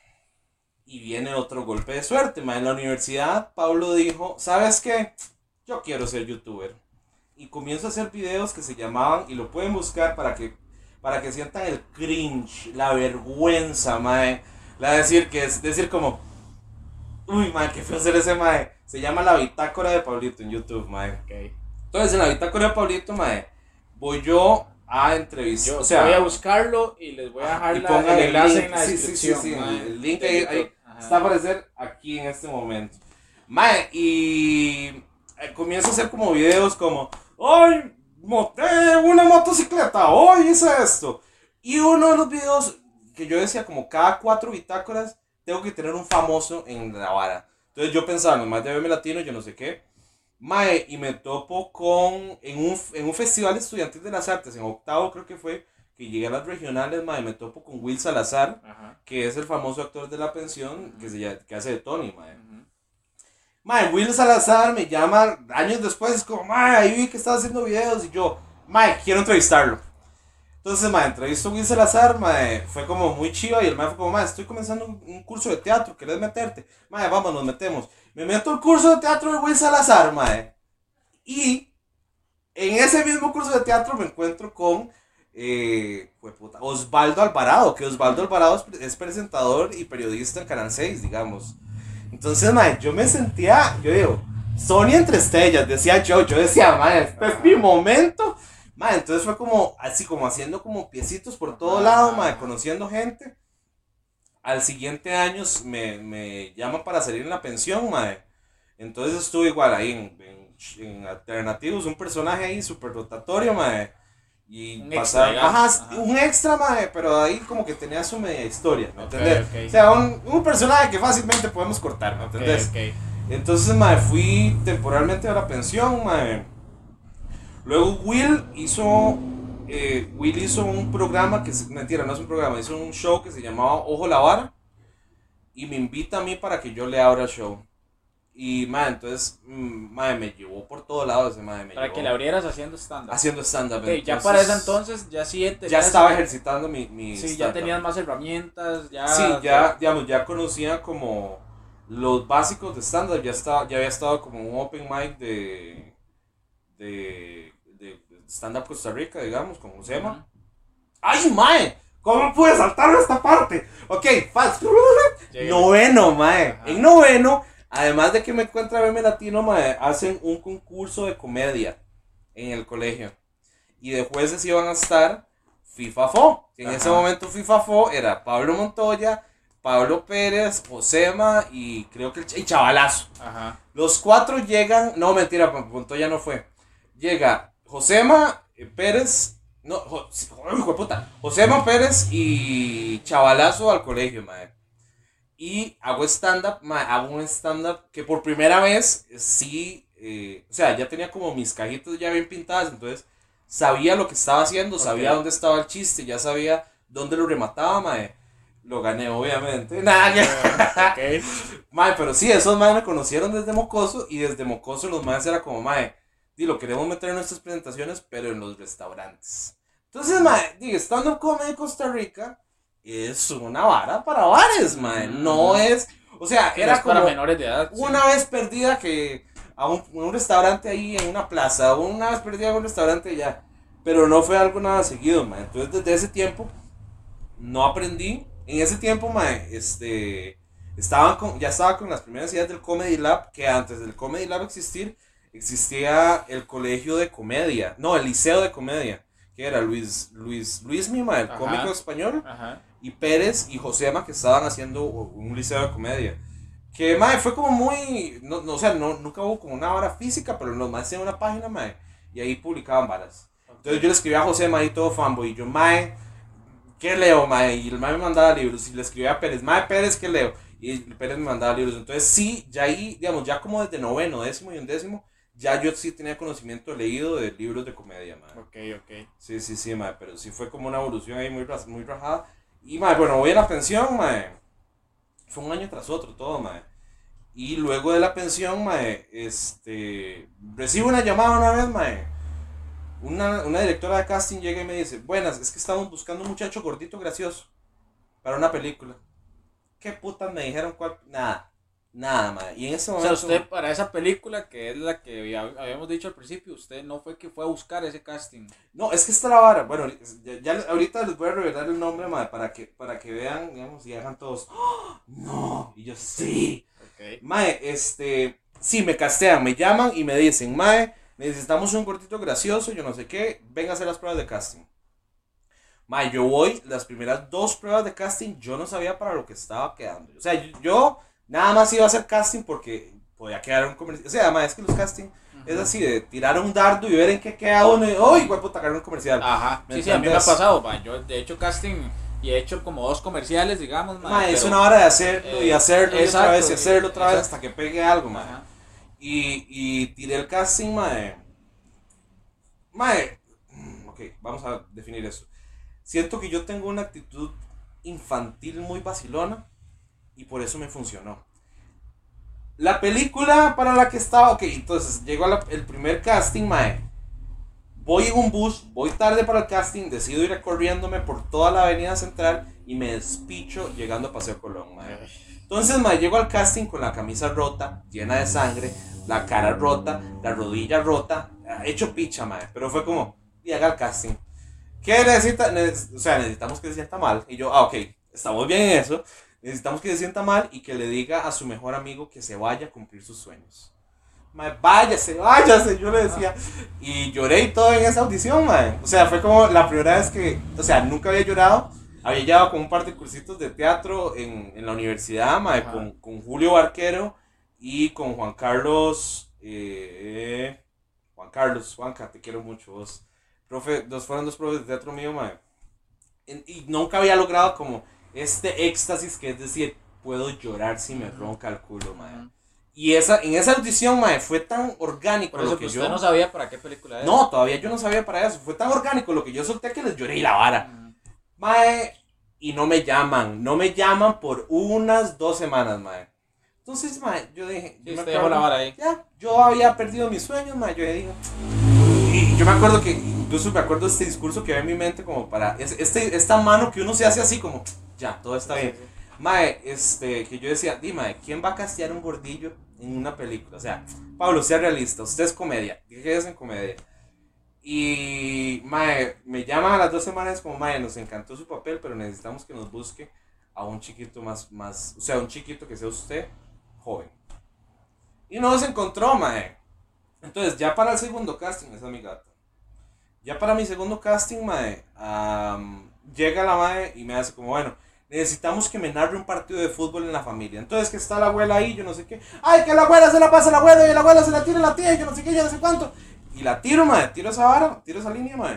y viene otro golpe de suerte, mae. En la universidad, Pablo dijo, ¿sabes qué? Yo quiero ser youtuber. Y comienzo a hacer videos que se llamaban, y lo pueden buscar para que sientan el cringe, la vergüenza, mae. Es decir como... Uy, mae, qué feo hacer ese, mae. Se llama La Bitácora de Pablito en YouTube, mae. Okay. Entonces, en La Bitácora de Pablito, mae, voy yo a entrevistar. O sea, voy a buscarlo y les voy a dejar el enlace en la descripción. Sí, el link ahí está a aparecer aquí en este momento. Mae, y comienzo a hacer como videos como, ¡ay! Monté una motocicleta, hoy hice esto. Y uno de los videos que yo decía, como cada 4 bitácoras, tengo que tener un famoso en la vara. Entonces yo pensaba, nomás de BM Latino, yo no sé qué. Mae, y me topo en un festival estudiantil de las artes, en octavo creo que fue, que llegué a las regionales, mae, me topo con Will Salazar, que es el famoso actor de La Pensión, que hace de Tony, mae. Mae, Will Salazar me llama años después, es como, mae, ahí vi que estaba haciendo videos, y yo, mae, quiero entrevistarlo. Entonces, mae, entrevistó a Will Salazar, mae, fue como muy chiva, y el mae fue como, mae, estoy comenzando un curso de teatro, ¿querés meterte? Mae, vamos, nos metemos. Me meto al curso de teatro de Will Salazar, mae, y en ese mismo curso de teatro me encuentro con Osvaldo Alvarado, que Osvaldo Alvarado es presentador y periodista en Canal 6, digamos. Entonces, mae, yo me sentía, yo digo, Sonia entre estrellas, decía yo decía, mae, este es mi momento. Mae, entonces fue como, así como haciendo como piecitos por todo lado, mae, conociendo gente. Al siguiente año me llaman para salir en La Pensión, mae. Entonces estuve igual ahí en Alternativos, un personaje ahí súper rotatorio, mae. Y pasar, un extra, mae, pero ahí como que tenía su media historia, ¿me entendés? Okay. O sea, un personaje que fácilmente podemos cortar, ¿me entendés? Okay. Entonces, mae, fui temporalmente a La Pensión, mae. Luego Will hizo un programa mentira, no es un programa, hizo un show que se llamaba Ojo la Vara y me invita a mí para que yo le abra el show. Y, mae, entonces, mae, me llevó por todos lados ese mae. Para que le abrieras haciendo stand-up. Haciendo stand-up. Okay, ya para ese entonces, ya sí ya estaba ejercitando mi sí, stand-up. Ya tenías más herramientas, ya... Sí, ya, digamos, ya conocía como los básicos de stand-up, ya había estado como un open mic de stand-up Costa Rica, digamos, con Josema. ¡Ay, mae! ¿Cómo pude saltar esta parte? Ok, fast. Noveno, mae. Ajá. En noveno, además de que me encuentra BM Latino, mae, hacen un concurso de comedia en el colegio. Y de jueces iban a estar FIFAFO. En ese momento FIFAFO era Pablo Montoya, Pablo Pérez, Josema y creo que y Chavalazo. Ajá. Los 4 llegan, no mentira, Montoya no fue. Llega Josema, Pérez, no, hijo de puta, Josema, Pérez y Chavalazo al colegio, madre. Y hago stand-up, hago un stand-up que por primera vez sí, o sea, ya tenía como mis cajitas ya bien pintadas, entonces sabía lo que estaba haciendo, sabía dónde estaba el chiste, ya sabía dónde lo remataba, madre. Lo gané, obviamente. Nada que... Mae, pero sí, esos maes me conocieron desde mocoso. Y desde mocoso los maes era como, mae, lo queremos meter en nuestras presentaciones, pero en los restaurantes. Entonces, mae, stand-up comedy Costa Rica es una vara para bares, mae. No es... O sea, era como... para menores de edad. Una vez perdida que... A un restaurante ahí en una plaza. Una vez perdida en un restaurante ya. Pero no fue algo nada seguido, mae. Entonces, desde ese tiempo, no aprendí. En ese tiempo, mae, ya estaba con las primeras ideas del Comedy Lab, que antes del Comedy Lab existía el colegio de comedia, no, el liceo de comedia, que era Luis Mima, el cómico español, y Pérez y Josema, que estaban haciendo un liceo de comedia. Que, mae, fue como muy, o sea, nunca hubo como una vara física, pero los maes tenían una página, mae, y ahí publicaban varas. Entonces yo le escribía a Josema ahí todo fanboy, y yo, mae, ¿qué leo, mae? Y el mae me mandaba libros. Y le escribía a Pérez, mae, Pérez, ¿qué leo? Y Pérez me mandaba libros. Entonces sí, ya ahí, digamos, ya como desde noveno, décimo y undécimo, ya yo sí tenía conocimiento leído de libros de comedia, mae. Ok. Sí, mae, pero sí fue como una evolución ahí muy rajada. Y, mae, bueno, voy a la pensión, mae. Fue un año tras otro todo, mae. Y luego de la pensión, mae, recibo una llamada una vez, mae. Una directora de casting llega y me dice, buenas, es que estamos buscando un muchacho gordito gracioso para una película. ¿Qué putas me dijeron? ¿Cuál? Nada, madre. Y en ese momento... O sea, usted para esa película, que es la que habíamos dicho al principio, usted no fue que fue a buscar ese casting. No, es que está la vara. Bueno, ya ahorita les voy a revelar el nombre, madre, para que vean, digamos, y hagan todos, ¡oh, no! Y yo, sí. Okay. Mae, sí, me castean, me llaman y me dicen, mae, necesitamos un cortito gracioso, yo no sé qué, venga a hacer las pruebas de casting. Mae, yo voy, las primeras 2 pruebas de casting, yo no sabía para lo que estaba quedando. O sea, yo nada más iba a hacer casting porque podía quedar un comercial. O sea, además es que los casting es así, de tirar un dardo y ver en qué queda uno. Y, ¡uy, guapo, tacar un comercial! Ajá, sí, a mí me ha pasado, mae. Yo de hecho casting y he hecho como 2 comerciales, digamos, mae. Mae, es una hora de hacerlo y hacerlo y otra vez y hacerlo otra vez hasta que pegue algo, mae. Y tiré el casting, mae. Ok, vamos a definir eso. Siento que yo tengo una actitud infantil muy vacilona y por eso me funcionó. La película para la que estaba, ok, entonces llegó el primer casting, mae. Voy en un bus, voy tarde para el casting, decido ir recorriéndome por toda la avenida central y me despicho llegando a Paseo Colón, mae. Entonces, mae, llego al casting con la camisa rota, llena de sangre, la cara rota, la rodilla rota, hecho picha, mae. Pero fue como, y haga el casting. ¿Qué necesita? O sea, necesitamos que se sienta mal. Y yo, ok, estamos bien en eso. Necesitamos que se sienta mal y que le diga a su mejor amigo que se vaya a cumplir sus sueños. Mae, váyase, yo le decía. Y lloré y todo en esa audición, mae. O sea, fue como la primera vez que, o sea, nunca había llorado. Había llevado como un par de cursitos de teatro en la universidad, mae, con Julio Barquero y con Juan Carlos. Juanca, te quiero mucho, vos. Fueron 2 profes de teatro mío, mae. Y nunca había logrado como este éxtasis que es decir, puedo llorar si me ronca el culo, mae. Y en esa audición, mae, fue tan orgánico lo que usted no sabía para qué película era. No, todavía yo no sabía para eso. Fue tan orgánico lo que yo solté que les lloré y la vara. Mae, y no me llaman por unas 2 semanas, mae. Entonces, mae, yo dije, Sí, usted dejó la vara ahí. ya, yo había perdido mis sueños, mae, yo dije, y yo me acuerdo que, incluso me acuerdo de este discurso que ve en mi mente como para, esta mano que uno se hace así como, ya, todo está bien. Sí. Mae, que yo decía, mae, ¿quién va a castear un gordillo en una película? O sea, Pablo, sea realista, usted es comedia, ¿qué es en comedia? Y, mae, me llaman a las 2 semanas como, mae, nos encantó su papel, pero necesitamos que nos busque a un chiquito más, o sea, un chiquito que sea usted, joven. Y no se encontró, mae. Entonces, ya para el segundo casting, esa es mi gata. Ya para mi segundo casting, mae, llega la mae y me hace como, bueno, necesitamos que me narre un partido de fútbol en la familia. Entonces, que está la abuela ahí, yo no sé qué. Ay, que la abuela se la pasa al abuelo y la abuela se la tira a la tía, yo no sé qué, yo no sé cuánto. Y la tiro, mae, tiro esa vara, tiro esa línea, mae.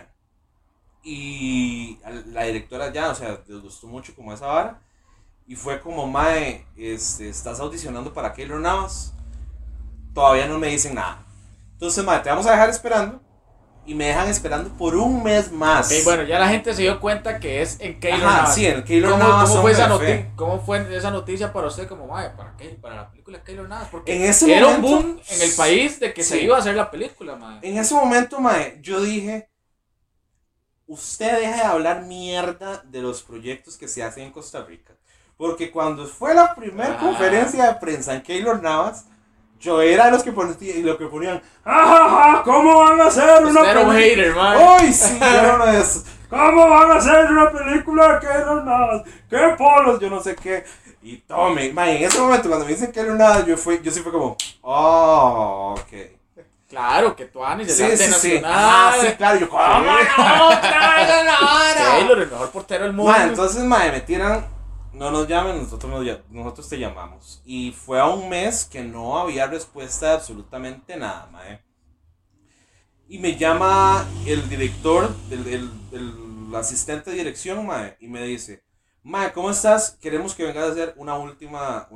Y la directora ya, o sea, les gustó mucho como esa vara. Y fue como, mae, estás audicionando para Keylor Navas. Todavía no me dicen nada. Entonces, mae, te vamos a dejar esperando. Y me dejan esperando por un mes más. Ok, bueno, ya la gente se dio cuenta que es en Keylor Ajá, Navas. sí, en Keylor Navas. ¿Cómo fue esa noticia para usted? Como, mae, ¿para qué? Para la película Keylor Navas. Porque en ese era momento, un boom en el país de que se iba a hacer la película, mae. En ese momento, mae, yo dije, usted deja de hablar mierda de los proyectos que se hacen en Costa Rica. Porque cuando fue la primera conferencia de prensa en Keylor Navas, yo era de los que ponían, ¡jajaja! ¿Cómo van a hacer una película? Era un hater, man. ¡Uy, sí! Yo era uno de esos. ¿Cómo van a hacer una película de Keylor Navas? ¿Qué polos? Yo no sé qué. Y tome, man, en ese momento cuando me dicen Keylor Navas, yo sí fue como, ¡oh, ok! Claro, que tú Anis, Sí, el arte sí, sí. nacional. Ah, sí, claro. Yo, ¿cómo no? ¡Traigan la vara! Keylor, el mejor portero del mundo. Man, entonces, mae, me tiran. No nos llamen, nosotros te llamamos. Y fue a un mes que no había respuesta de absolutamente nada, mae. Y me llama el director, el asistente de dirección, mae, y me dice, mae, ¿cómo estás? Queremos que vengas a hacer una última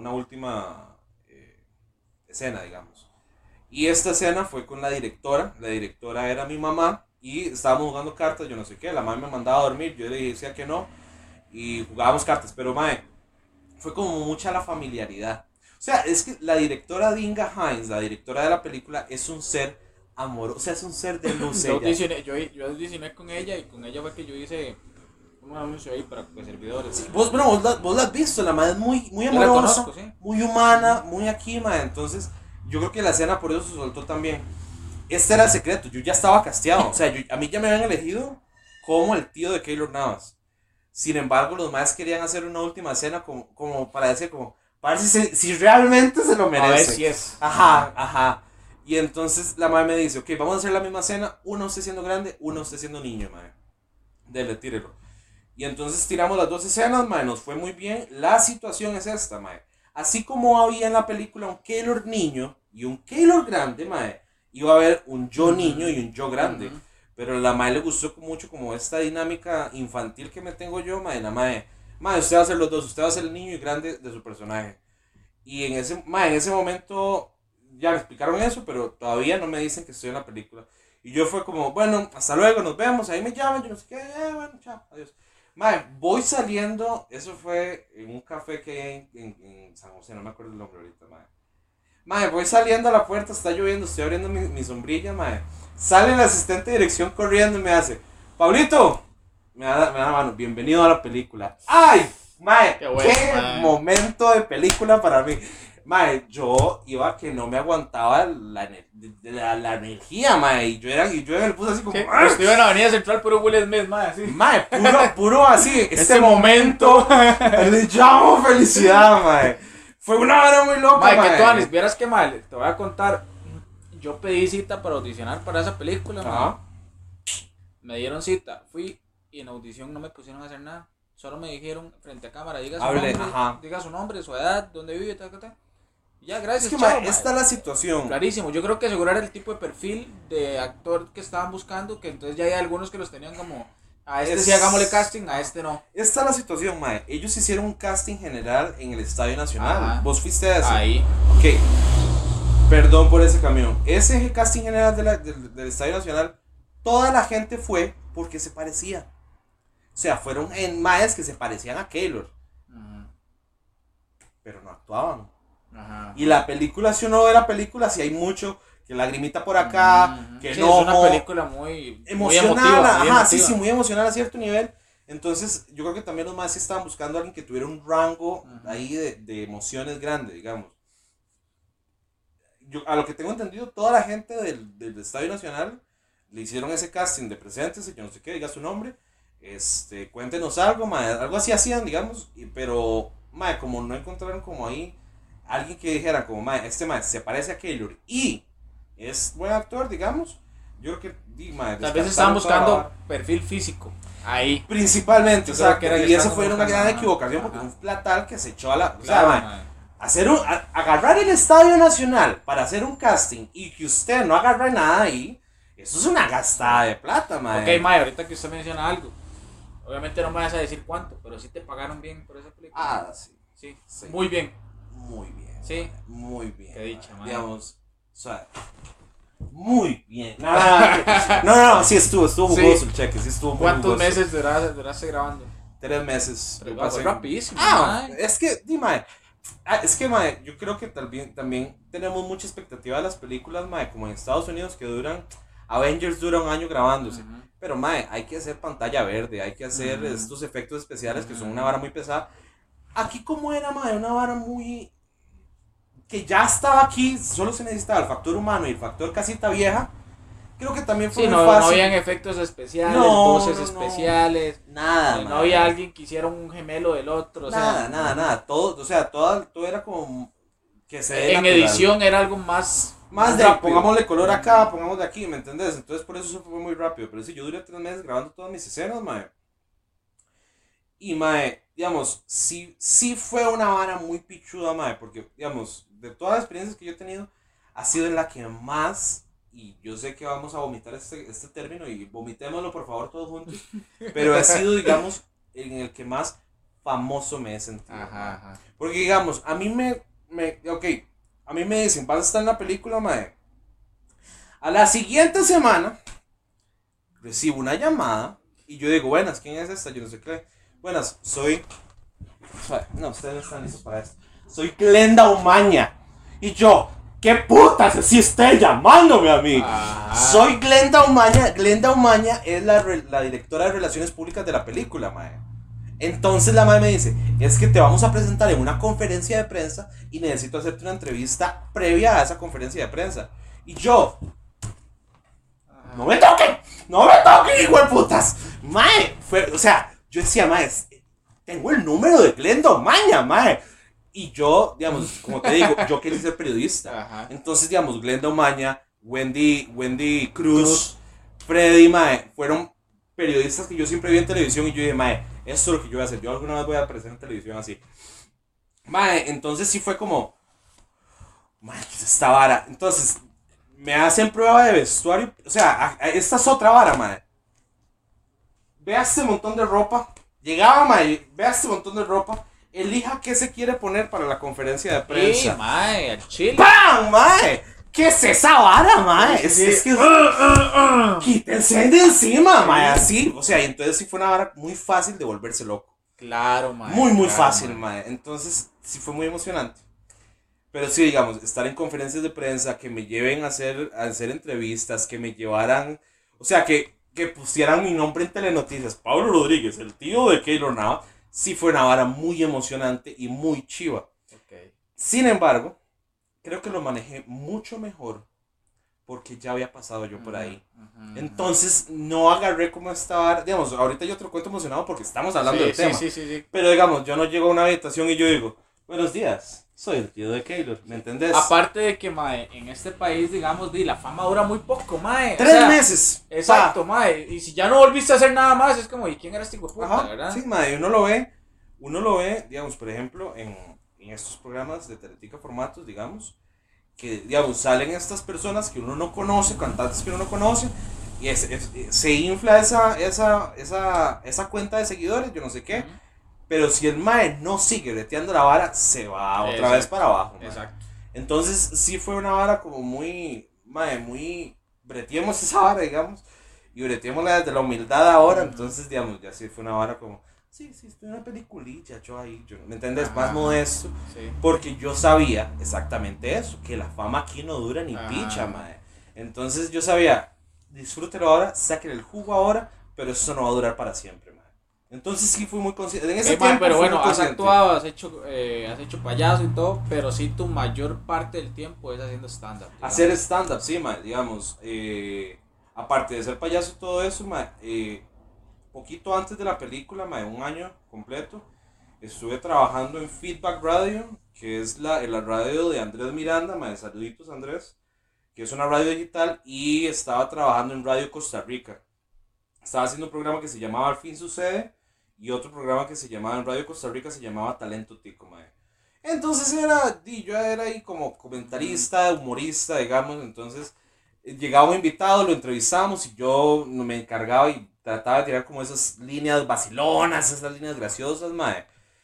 escena, digamos. Y esta escena fue con la directora era mi mamá, y estábamos jugando cartas, yo no sé qué, la mamá me mandaba a dormir, yo le decía que no, y jugábamos cartas, pero mae, fue como mucha la familiaridad. O sea, es que la directora Dinga Hines, la directora de la película, es un ser amoroso, o sea, es un ser de luz. Yo audicioné con ella y con ella fue que yo hice un anuncio ahí para servidores. Sí, vos la has visto, la madre es muy amorosa, conozco, sí. muy humana, muy aquí, madre. Entonces, yo creo que la escena por eso se soltó también. Este era el secreto, yo ya estaba casteado, o sea, a mí ya me habían elegido como el tío de Keylor Navas. Sin embargo, los más querían hacer una última escena como para decir, como, para ver si realmente se lo merece. A ver si es. Ajá. Y entonces la madre me dice, ok, vamos a hacer la misma escena, una usted siendo grande, una usted siendo niño, madre. Dele, tírelo. Y entonces tiramos las 2 escenas, madre, nos fue muy bien. La situación es esta, madre. Así como había en la película un Keylor niño y un Keylor grande, madre, iba a haber un yo niño y un yo grande. Pero a la madre le gustó mucho como esta dinámica infantil que me tengo yo, madre. La madre, usted va a ser los dos, usted va a ser el niño y grande de su personaje. Y en ese momento ya me explicaron eso, pero todavía no me dicen que estoy en la película. Y yo fue como, bueno, hasta luego, nos vemos, ahí me llaman, yo no sé qué, bueno, chao, adiós. Madre, voy saliendo, eso fue en un café que hay en San José, no me acuerdo el nombre ahorita, madre. Madre, voy saliendo a la puerta, está lloviendo, estoy abriendo mi sombrilla, madre. Sale el asistente de dirección corriendo y me hace, Pablito, me da la mano, bienvenido a la película. ¡Ay! Mae, qué momento de película para mí. Mae, yo iba que no me aguantaba la energía, mae. Y yo en el bus así como. Estoy en la Avenida Central, puro Will Smith, mae, así. Mae, puro así. Este momento le llamo felicidad, mae. Fue una hora muy loca, mae. Mae, que tú, Anis, vieras que mal, te voy a contar. Yo pedí cita para audicionar para esa película, mae. Me dieron cita, fui y en audición no me pusieron a hacer nada. Solo me dijeron frente a cámara, diga su nombre, su edad, dónde vive, tal. Ya, gracias. Es que, chao, esta es la situación. Clarísimo, yo creo que asegurar el tipo de perfil de actor que estaban buscando, que entonces ya hay algunos que los tenían como, a este sí hagámosle casting, a este no. Esta es la situación, mae. Ellos hicieron un casting general en el Estadio Nacional. Vos fuiste a ese. Ahí. Ok, perdón por ese camión. Ese casting general del Estadio Nacional, toda la gente fue porque se parecía. O sea, fueron en maes que se parecían a Keylor. Pero no actuaban. Y la película, si uno ve la película, si hay mucho, que lagrimita por acá, que sí, no. Es una película muy emocional, muy emotiva, muy emotiva. sí, muy emocional a cierto nivel. Entonces, yo creo que también los más estaban buscando a alguien que tuviera un rango ahí de emociones grande, digamos. Yo, a lo que tengo entendido, toda la gente del Estadio Nacional le hicieron ese casting de preséntese, yo no sé qué, diga su nombre, cuéntenos algo, mae, algo así hacían, digamos, pero, mae, como no encontraron como ahí alguien que dijera como, mae, mae se parece a Keylor y es buen actor, digamos, yo creo que, mae, tal vez estaban buscando perfil físico, ahí. Principalmente, o sea, y eso fue una gran buscando, equivocación porque ajá. un platal que se echó a la, o Claro, sea, mae, agarrar el Estadio Nacional para hacer un casting y que usted no agarre nada ahí, eso es una gastada de plata, mae. Ok, mae, ahorita que usted menciona algo, obviamente no me vas a decir cuánto, pero sí te pagaron bien por esa película. Ah, sí. Sí. Muy bien. Muy bien. Sí. Muy bien. Qué dicha, mae. Digamos, o sea, muy bien. No, sí estuvo jugoso el cheque, sí estuvo muy ¿Cuántos jugoso. meses duraste grabando? 3 meses. Pero fue rapidísimo. Es que, mae. Es que, mae, yo creo que también tenemos mucha expectativa de las películas, mae, como en Estados Unidos que duran, Avengers dura 1 año grabándose, pero, mae, hay que hacer pantalla verde, hay que hacer estos efectos especiales que son una vara muy pesada. Aquí como era, mae, una vara muy, que ya estaba aquí, solo se necesitaba el factor humano y el factor casita vieja. Creo que también fue muy fácil. No habían efectos especiales, voces especiales. Nada, no había alguien que hiciera un gemelo del otro. Nada. Todo era como que se dé en natural. edición era algo más de rápido. Pongámosle color acá, pongamos de aquí, ¿me entendés? Entonces por eso fue muy rápido. Pero sí, yo duré 3 meses grabando todas mis escenas, mae. Y, mae, digamos, sí fue una vara muy pichuda, mae. Porque, digamos, de todas las experiencias que yo he tenido, ha sido en la que más... Y yo sé que vamos a vomitar este término y vomitémoslo por favor todos juntos. Pero ha sido, digamos, en el que más famoso me he sentido. Ajá. Porque, digamos, a mí a mí me dicen, vas a estar en la película, mae. A la siguiente semana, recibo una llamada y yo digo, buenas, ¿quién es esta? Yo no sé qué. Buenas, soy... No, ustedes no están listos para esto. Soy Glenda Umaña. Y yo... ¿Qué putas así está llamándome a mí? Soy Glenda Umaña. Glenda Umaña es la directora de Relaciones Públicas de la película, mae. Entonces la mae me dice, es que te vamos a presentar en una conferencia de prensa y necesito hacerte una entrevista previa a esa conferencia de prensa. Y yo, no me toquen, hijo de putas. Mae, o sea, yo decía, mae, tengo el número de Glenda Umaña, mae. Y yo, digamos, como te digo, yo quería ser periodista. Ajá. Entonces, digamos, Glenda Umaña, Wendy Cruz, Freddy, mae, fueron periodistas que yo siempre vi en televisión y yo dije, mae, esto es lo que yo voy a hacer. Yo alguna vez voy a aparecer en televisión así. Mae, entonces sí fue como, mae, ¿qué es esta vara? Entonces, me hacen prueba de vestuario. O sea, esta es otra vara, mae. Vea este montón de ropa. Llegaba, mae, vea este montón de ropa. Elija qué se quiere poner para la conferencia de prensa. Sí, mae, al chile. ¡Pam, mae! ¿Qué es esa vara, mae? Sí. Es que... quítense de encima, mae, así. O sea, y entonces sí fue una vara muy fácil de volverse loco. Claro, mae. Muy fácil, mae. Entonces, sí fue muy emocionante. Pero sí, digamos, estar en conferencias de prensa, que me lleven a hacer entrevistas, que me llevaran... O sea, que pusieran mi nombre en Telenoticias. Pablo Rodríguez, el tío de Keylor Nava. Sí fue una vara muy emocionante y muy chiva. Okay. Sin embargo, creo que lo manejé mucho mejor porque ya había pasado yo por ahí. Entonces, no agarré como esta vara. Digamos, ahorita yo te lo cuento emocionado porque estamos hablando del tema. Sí. Pero digamos, yo no llego a una habitación y yo digo, buenos días, soy el tío de Keylor, ¿me entendés? Aparte de que, mae, en este país, digamos, la fama dura muy poco, mae. 3 meses. Exacto, mae. Y si ya no volviste a hacer nada más, es como, ¿y quién era este hijo de puta, verdad? Sí, mae, uno lo ve, digamos, por ejemplo, en estos programas de Teletica Formatos, digamos, que, digamos, salen estas personas que uno no conoce, cantantes que uno no conoce, y se infla esa cuenta de seguidores, yo no sé qué. Pero si el mae no sigue breteando la vara, se va otra vez para abajo. Mae. Exacto. Entonces sí fue una vara como muy breteemos esa vara, digamos. Y breteémosla desde la humildad ahora. Entonces, digamos, ya sí fue una vara como sí, estoy en una peliculilla, yo ahí, ¿me entiendes? Ajá, Más modesto, sí. porque yo sabía exactamente eso, que la fama aquí no dura ni picha, Ajá. mae. Entonces yo sabía, disfrútelo ahora, saquen el jugo ahora, pero eso no va a durar para siempre, mae. Entonces sí fui muy consciente, en ese Mae, tiempo pero fui muy bueno, has consciente. actuado, has hecho payaso y todo, pero sí tu mayor parte del tiempo es haciendo stand-up. Hacer stand-up, sí, mae, digamos, aparte de ser payaso y todo eso, mae, poquito antes de la película, mae, un año completo, estuve trabajando en Feedback Radio, que es la radio de Andrés Miranda, mae, saluditos Andrés, que es una radio digital, y estaba trabajando en Radio Costa Rica. Estaba haciendo un programa que se llamaba Al fin sucede, y otro programa que se llamaba en Radio Costa Rica se llamaba Talento Tico, mae. Entonces yo era ahí como comentarista, humorista, digamos, entonces llegaba un invitado, lo entrevistábamos y yo me encargaba y trataba de tirar como esas líneas vacilonas, esas líneas graciosas, mae.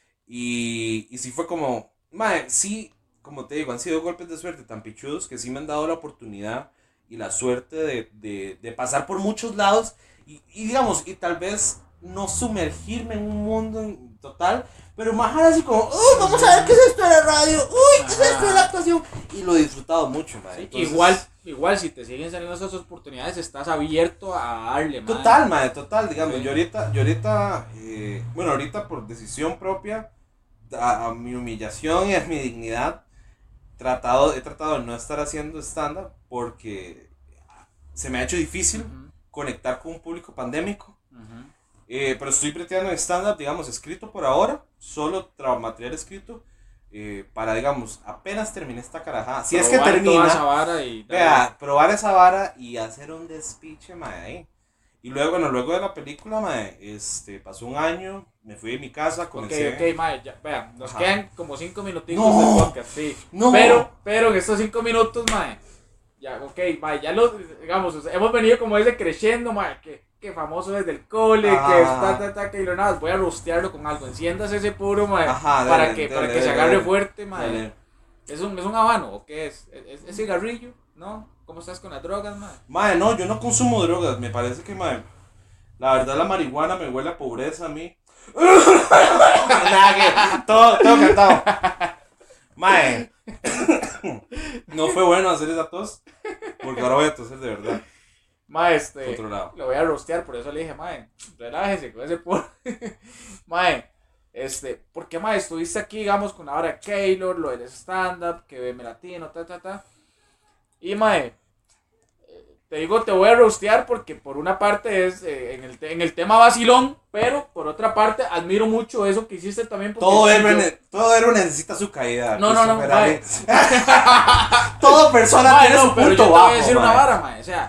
Y sí fue como, mae, sí, como te digo, han sido golpes de suerte tan pichudos que sí me han dado la oportunidad y la suerte de pasar por muchos lados y digamos, y tal vez no sumergirme en un mundo total, pero más así como, uy, vamos a ver qué es esto de la radio, uy, qué es esto de la actuación. Y lo he disfrutado mucho, mae. Sí, Entonces, igual, si te siguen saliendo esas oportunidades, estás abierto a darle, mae. total, mae, total, digamos, Sí. yo ahorita, bueno, ahorita por decisión propia, a mi humillación y a mi dignidad, he tratado de no estar haciendo stand-up porque se me ha hecho difícil conectar con un público pandémico. Pero estoy preteando en stand-up, digamos, escrito por ahora, solo material escrito, para, digamos, apenas termine esta carajada. Si es que Probar toda esa termina, vara y vea, probar esa vara y hacer un despiche, mae, ahí. Y luego, bueno, luego de la película, mae, pasó un año, me fui de mi casa, comencé... Ok, mae, ya, vean, nos Ajá. quedan como 5 minuticos No. del podcast, sí. No. Pero en estos 5 minutos, mae, ya, ok, mae, ya los, digamos, hemos venido como ese creciendo, mae, que famoso desde el cole, que está, que lo nada, voy a rostearlo con algo, enciéndase ese puro, mae, Ajá, para dale, que dale, se dale, agarre dale. fuerte, mae. Dale. ¿Es un habano o qué es? ¿Es cigarrillo? ¿No? ¿Cómo estás con las drogas, mae? Mae, no, yo no consumo drogas, me parece que, mae, la verdad la marihuana me huele a pobreza a mí. Nada que, todo cantado. Mae, no fue bueno hacer esa tos, porque ahora voy a toser de verdad. Mae, Controlado. lo voy a rostear, por eso le dije, mae, relájese con ese puro. Mae, ¿por qué, mae, estuviste aquí, digamos, con la hora de Keylor, lo del stand-up, que ve latino, Y, mae, te digo, te voy a rostear porque por una parte es en el tema vacilón, pero por otra parte admiro mucho eso que hiciste también. Todo héroe necesita su caída. No, mae. Toda persona Mae, tiene su pero punto yo te bajo, voy a decir una mae. vara, mae, o sea,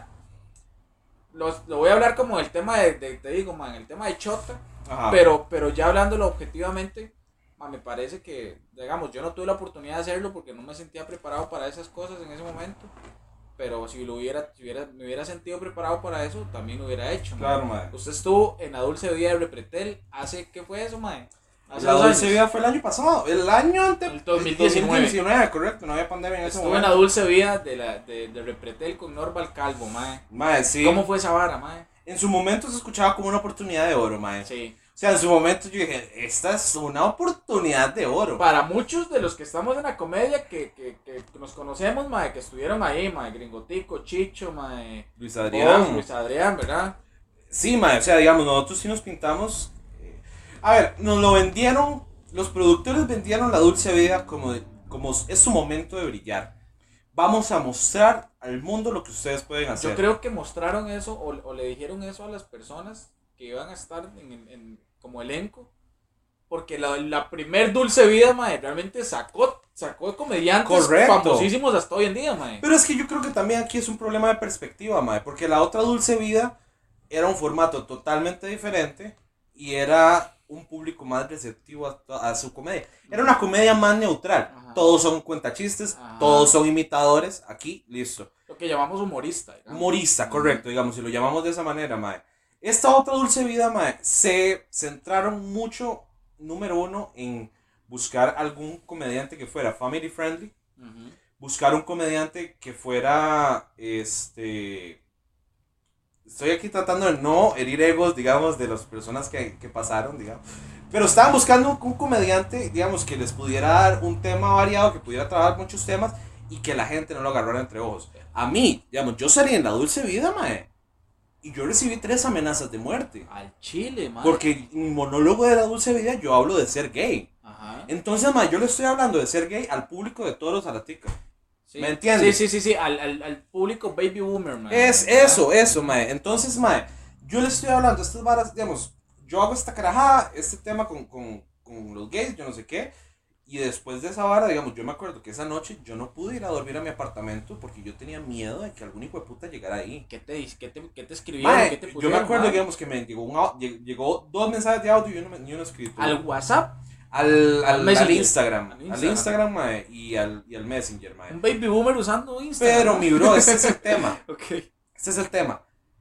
lo voy a hablar como el tema te digo, man, el tema de Chota, Ajá. pero ya hablándolo objetivamente, man, me parece que, digamos, yo no tuve la oportunidad de hacerlo porque no me sentía preparado para esas cosas en ese momento, pero si me hubiera sentido preparado para eso, también lo hubiera hecho, man. Claro, mae. Usted estuvo en la Dulce Vida de Repretel, ¿qué fue eso, man? La Dulce Vida fue el año pasado, el año antes. El 2019. 2019, correcto, no había pandemia en ese Estuve en momento. la Dulce Vida de Repretel con Norval Calvo, man. Mae, sí. ¿Cómo fue esa vara, man? En su momento se escuchaba como una oportunidad de oro, mae. Sí. O sea, en su momento yo dije, esta es una oportunidad de oro. Para muchos de los que estamos en la comedia, que nos conocemos, mae, que estuvieron ahí, mae, Gringotico, Chicho, mae, Luis Adrián. Luis Adrián, ¿verdad? Sí, mae, o sea, digamos, nosotros sí nos pintamos. A ver, nos lo vendieron, los productores vendieron la Dulce Vida como es su momento de brillar. Vamos a mostrar al mundo lo que ustedes pueden hacer. Yo creo que mostraron eso o le dijeron eso a las personas que iban a estar como elenco. Porque la primer Dulce Vida, mae, realmente sacó comediantes famosísimos hasta hoy en día, mae. Pero es que yo creo que también aquí es un problema de perspectiva, mae. Porque la otra Dulce Vida era un formato totalmente diferente y era un público más receptivo a su comedia. Era una comedia más neutral. Ajá. Todos son cuentachistes, ajá, todos son imitadores. Aquí, listo. Lo que llamamos humorista. Digamos. Humorista, correcto, digamos, si lo llamamos de esa manera, mae. Esta otra Dulce Vida, mae, se centraron mucho, número uno, en buscar algún comediante que fuera family friendly. Buscar un comediante que fuera, estoy aquí tratando de no herir egos, digamos, de las personas que pasaron, digamos. Pero estaban buscando un comediante, digamos, que les pudiera dar un tema variado, que pudiera trabajar muchos temas y que la gente no lo agarrara entre ojos. A mí, digamos, yo salí en La Dulce Vida, mae, y yo recibí 3 amenazas de muerte. Al chile, mae. Porque en un monólogo de La Dulce Vida yo hablo de ser gay. Ajá. Entonces, mae, yo le estoy hablando de ser gay al público de todos los Zaratica. Sí. ¿Me entiendes? Sí, al público baby boomer, mae. Es eso, mae. Entonces, mae, yo le estoy hablando de estas varas, digamos, yo hago esta carajada, este tema con los gays, yo no sé qué. Y después de esa vara, digamos, yo me acuerdo que esa noche yo no pude ir a dormir a mi apartamento porque yo tenía miedo de que algún hijo de puta llegara ahí. ¿Qué te escribieron? Mae, ¿Qué te pusieron, yo me acuerdo, mae? digamos, que me llegó 2 mensajes de audio y uno escrito. ¿Al WhatsApp? Al Instagram. Al Al Instagram, mae, y al Messenger, mae. Un baby boomer usando Instagram. Pero, mi bro, este es el tema. Ok. Este es el tema.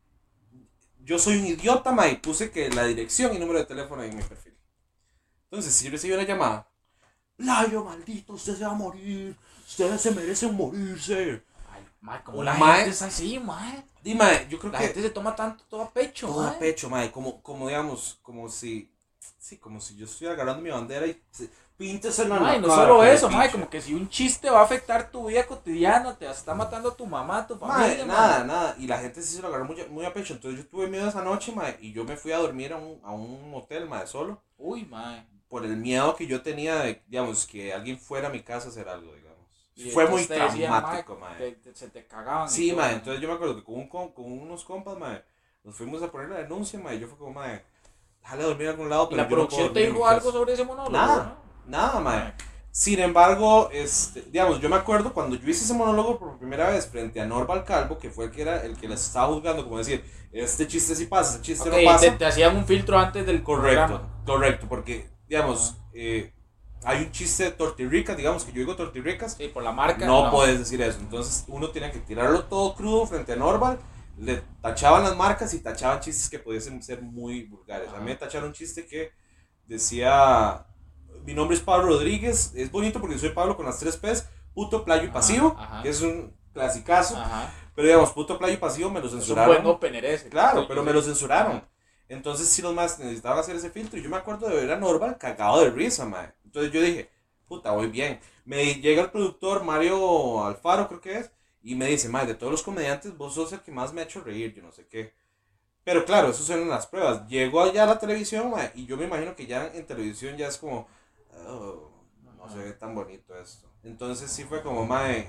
Yo soy un idiota, mae, y puse que la dirección y número de teléfono en mi perfil. Entonces, si yo recibí una llamada, Layo, maldito, usted se va a morir. Ustedes se merecen morirse. Ay, mae, como la Mae. gente es así, mae. Dime, yo creo La que gente se toma tanto todo a pecho, todo a mae. pecho, mae, como digamos, como si yo estuviera agarrando mi bandera y píntesela en la Mae, no cara, solo que eso, mae, pinche. como que si un chiste va a afectar tu vida cotidiana, te está matando a tu mamá, a tu Mae, familia, nada, y la gente sí se lo agarró muy a pecho, entonces yo tuve miedo esa noche, mae, y yo me fui a dormir a un hotel, mae, solo, Uy, mae. por el miedo que yo tenía de, digamos, que alguien fuera a mi casa a hacer algo, digamos. Y Fue muy entonces te decían, traumático, mae. se te cagaban. y Sí, todo, mae, entonces yo me acuerdo que con unos compas, mae, nos fuimos a poner la denuncia, mae, y yo fue como, mae, déjale dormir a algún lado, ¿Y pero la yo no puedo producción te dormir en mi dijo algo casa. sobre ese monólogo? Nada, nada, mae. Sin embargo, digamos, yo me acuerdo cuando yo hice ese monólogo por primera vez frente a Norval Calvo, que fue el que les estaba juzgando, como decir, este chiste sí pasa, este chiste Ok, no pasa. te hacían un filtro antes del programa. Correcto, porque, digamos, hay un chiste de tortirricas, digamos, que yo digo tortirricas, Sí, por la marca. no puedes decir eso. Entonces uno tiene que tirarlo todo crudo frente a Norval, le tachaban las marcas y tachaban chistes que pudiesen ser muy vulgares. A mí me tacharon un chiste que decía, mi nombre es Pablo Rodríguez, es bonito porque soy Pablo con las 3 P's, puto, playo y pasivo, que es un clasicazo. Ajá. Pero digamos, puto, playo y pasivo me lo Es un censuraron. buen opener ese. Claro, Sí, pero sí. me lo censuraron. Ajá. Entonces sí los más necesitaban hacer ese filtro y yo me acuerdo de ver a Norval cagado de risa, mae. Entonces yo dije, puta, voy bien. Me llega el productor Mario Alfaro, creo que es, y me dice, mae, de todos los comediantes vos sos el que más me ha hecho reír, yo no sé qué. Pero claro, eso son las pruebas. Llego allá a la televisión, mae, y yo me imagino que ya en televisión ya es como, oh, no se ve tan bonito esto. Entonces sí fue como, mae,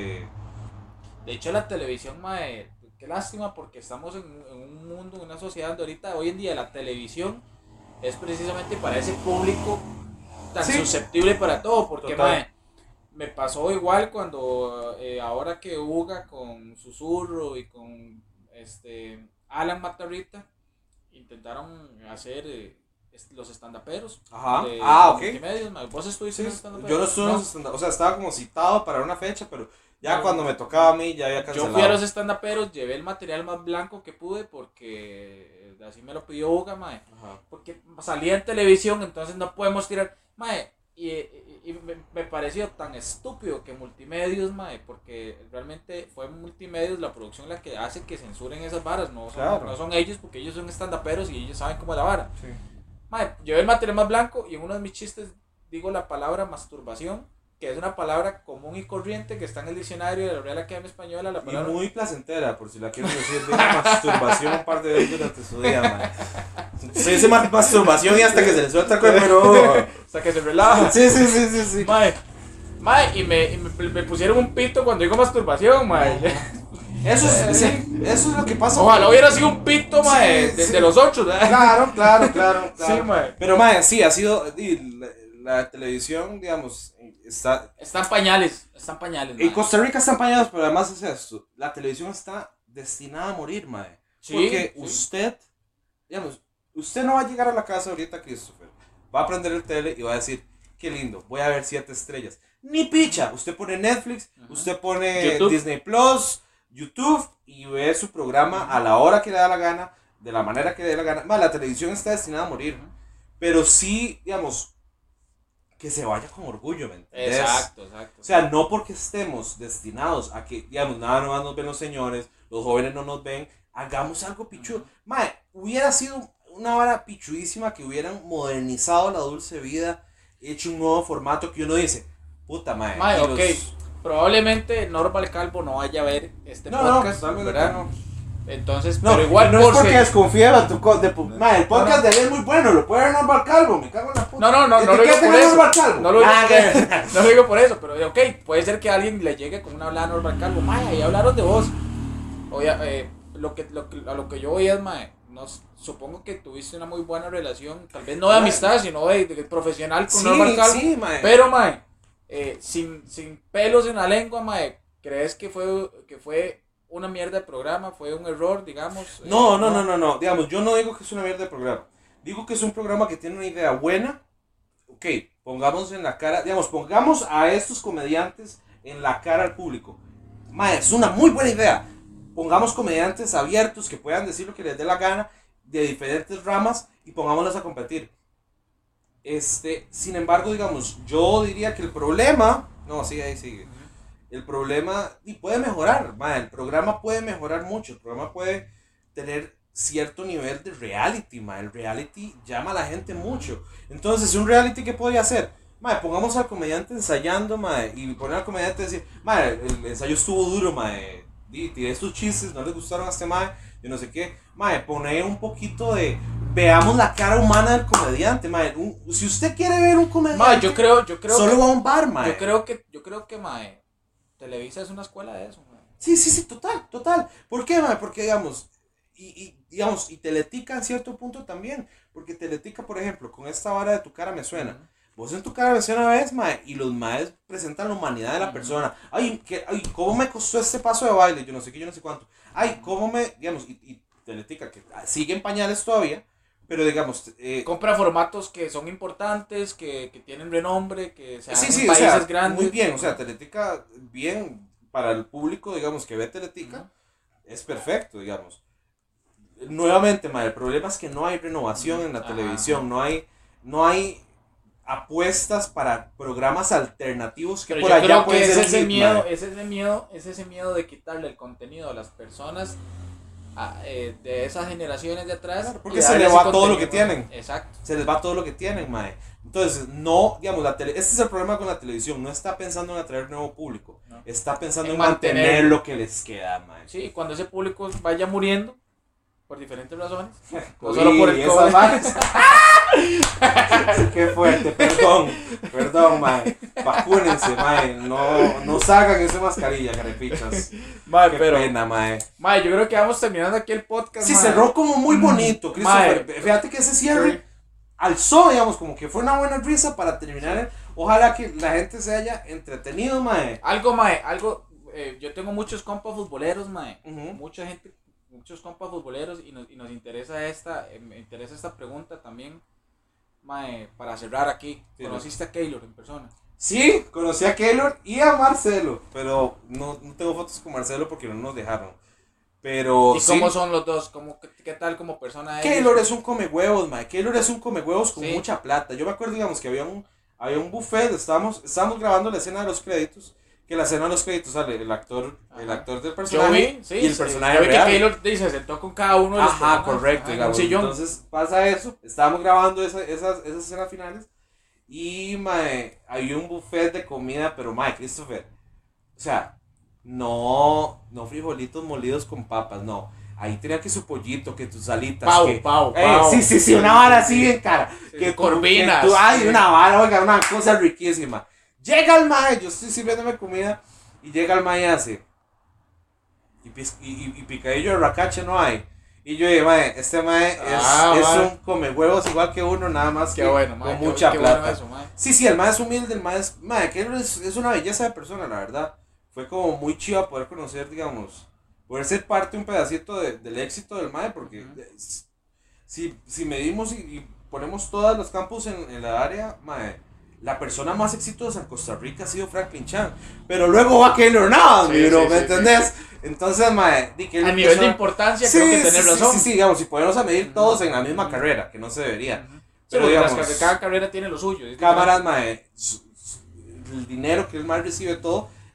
De hecho, la televisión, mae, qué lástima porque estamos en un mundo, en una sociedad donde ahorita, hoy en día, la televisión es precisamente para ese público tan Sí. susceptible para todo. Porque, Total. mae, me pasó igual cuando ahora que Uga con Susurro y con Alan Matarrita intentaron hacer los estandaperos. Ajá. de Ok. Multimedios, mae. ¿Vos estuviste Sí, en los estandaperos? yo no estuve en los stand-up, o sea, estaba como citado para una fecha, pero ya No. cuando me tocaba a mí ya había Yo cancelado. fui a los estandaperos, llevé el material más blanco que pude porque así me lo pidió Uga, mae. Ajá. Porque salía en televisión, entonces no podemos tirar. Mae, y me pareció tan estúpido que Multimedios, mae, porque realmente fue Multimedios la producción la que hace que censuren esas varas, Claro. no son ellos porque ellos son estandaperos y ellos saben cómo es la vara. Sí. Mae, llevé el material más blanco y en uno de mis chistes digo la palabra masturbación, que es una palabra común y corriente que está en el diccionario de la Real Academia Española. La Y palabra muy placentera, por si la quieren decir, diga masturbación un par de veces durante su día, man. Se dice masturbación y hasta que se le suelta el cuerpo, pero... hasta que se relaja. Sí. Mae, y me pusieron un pito cuando digo masturbación, mae. Eso es lo que pasa. Ojalá hubiera sido un pito, mae, Sí. de los 8, ¿verdad? Claro. Sí, mae. Pero, mae, sí, ha sido... La televisión, digamos, está... Están pañales, En mae. Costa Rica están pañados, pero además es esto. La televisión está destinada a morir, mae. Sí, Porque sí. usted no va a llegar a la casa ahorita, Christopher. Va a prender el tele y va a decir, qué lindo, voy a ver 7 estrellas. Ni picha. Usted pone Netflix, usted pone YouTube. Disney Plus, YouTube y ve su programa a la hora que le da la gana, de la manera que le dé la gana. La televisión está destinada a morir. Pero sí, digamos, que se vaya con orgullo, ¿me entiendes? Exacto. O sea, no porque estemos destinados a que, digamos, nada más nos ven los señores, los jóvenes no nos ven, hagamos algo pichudo. Mae, hubiera sido una vara pichudísima que hubieran modernizado la dulce vida, hecho un nuevo formato que uno dice, puta mae. Mae, ok, probablemente Norval Calvo no vaya a ver este podcast, ¿verdad? No. Entonces, No, pero igual no es porque desconfíe de tu mae, el podcast de él es muy bueno, lo puede ver Norval Calvo, me cago en la puta. No lo digo por eso. No lo digo por eso, pero ok, puede ser que a alguien le llegue con una hablada a Norval Calvo, mae, ahí hablaron de vos. Oye, a lo que yo oía es, mae, supongo que tuviste una muy buena relación, tal vez no de amistad, sino de profesional con Norval Calvo. Sí, mae. Pero, mae, sin pelos en la lengua, mae, ¿crees que fue una mierda de programa? ¿Fue un error, digamos? No. Digamos, yo no digo que es una mierda de programa. Digo que es un programa que tiene una idea buena. Ok, pongamos a estos comediantes en la cara al público. Mae, es una muy buena idea. Pongamos comediantes abiertos que puedan decir lo que les dé la gana de diferentes ramas y pongámoslos a competir. Sin embargo, digamos, yo diría que el problema... No, sigue ahí, sigue. El problema, y puede mejorar, el programa puede mejorar mucho, el programa puede tener cierto nivel de reality, el reality llama a la gente mucho. Entonces, un reality, ¿qué podría hacer? Pongamos al comediante ensayando, y poner al comediante a decir, el ensayo estuvo duro, tiré estos chistes, no les gustaron a este yo no sé qué, poner un poquito de, veamos la cara humana del comediante, si usted quiere ver un comediante, yo creo solo va a un bar, Yo creo que, Televisa es una escuela de eso, man. Sí, total. ¿Por qué, man? Porque, digamos, y Teletica en cierto punto también. Porque Teletica, por ejemplo, con esta vara de Tu Cara Me Suena. Vos en Tu Cara Me Suena ves, mae, y los maes presentan la humanidad de la persona. Ay, ¿cómo me costó este paso de baile? Yo no sé qué, yo no sé cuánto. Ay, ¿cómo me, digamos, y Teletica, que sigue en pañales todavía, pero digamos... compra formatos que son importantes, que tienen renombre, que se hacen en países grandes. Muy bien, o sea, Teletica, bien, para el público, digamos, que ve Teletica, es perfecto, digamos. Nuevamente, el problema es que no hay renovación en la televisión, no hay apuestas para programas alternativos que pero por allá pueden ser ese miedo de quitarle el contenido a las personas de esas generaciones de atrás, claro, porque se les va todo lo que tienen. Exacto. Se les va todo lo que tienen, mae. Entonces, no, digamos, este es el problema con la televisión, no está pensando en atraer nuevo público, está pensando en mantener lo que les queda, mae. Sí, cuando ese público vaya muriendo por diferentes razones, no solo por el COVID. Qué fuerte, perdón, mae. Vacúnense, mae. No sacan esa mascarilla, carepichas. Mae, qué pero, pena, mae. Mae, yo creo que vamos terminando aquí el podcast. Sí, mae. Cerró como muy bonito, Christopher. Fíjate que ese cierre alzó, digamos, como que fue una buena risa para terminar. Ojalá que la gente se haya entretenido, mae. Algo, yo tengo muchos compas futboleros, mae. Muchos compas futboleros y nos interesa me interesa esta pregunta también, mae, para cerrar aquí. Sí, ¿conociste a Keylor en persona? Sí, conocí a Keylor y a Marcelo, pero no tengo fotos con Marcelo porque no nos dejaron. Pero ¿y cómo son los dos? ¿Qué tal como persona? Keylor es un come huevos, mae. Keylor es un come huevos con mucha plata. Yo me acuerdo, digamos, que había un buffet, estábamos grabando la escena de los créditos. Que la escena de los créditos sale el actor del personaje y el personaje yo vi real. Que Keylor se sentó con cada uno de los personajes. Correcto. Digamos. Entonces pasa eso, estábamos grabando esas escenas finales y mae, hay un buffet de comida, pero mae, Christopher, o sea, no frijolitos molidos con papas, no. Ahí tenía que su pollito, que tus alitas. Pau. Sí, una vara así bien cara. Sí, que corvinas. Una vara, oiga, una cosa riquísima. Llega el mae, yo estoy sirviéndome comida y llega el mae y hace y picadillo de racacha no hay. Y yo dije, mae, este mae es un come huevos igual que uno, nada más que bueno, con mucha plata. Bueno eso, sí, el mae es humilde, el mae que es una belleza de persona, la verdad. Fue como muy chiva poder conocer, digamos, poder ser parte un pedacito del éxito del mae, porque si medimos y ponemos todos los campos en la área, mae, la persona más exitosa en Costa Rica ha sido Franklin Chan, pero luego va Keylor Navas, ¿me entendés? Sí. Entonces, mae, a nivel de importancia creo que tenés razón. Sí, digamos, si podemos medir todos en la misma carrera, que no se debería. Pero digamos, cada carrera tiene lo suyo. Cámaras, mae, el dinero que el mae recibe todo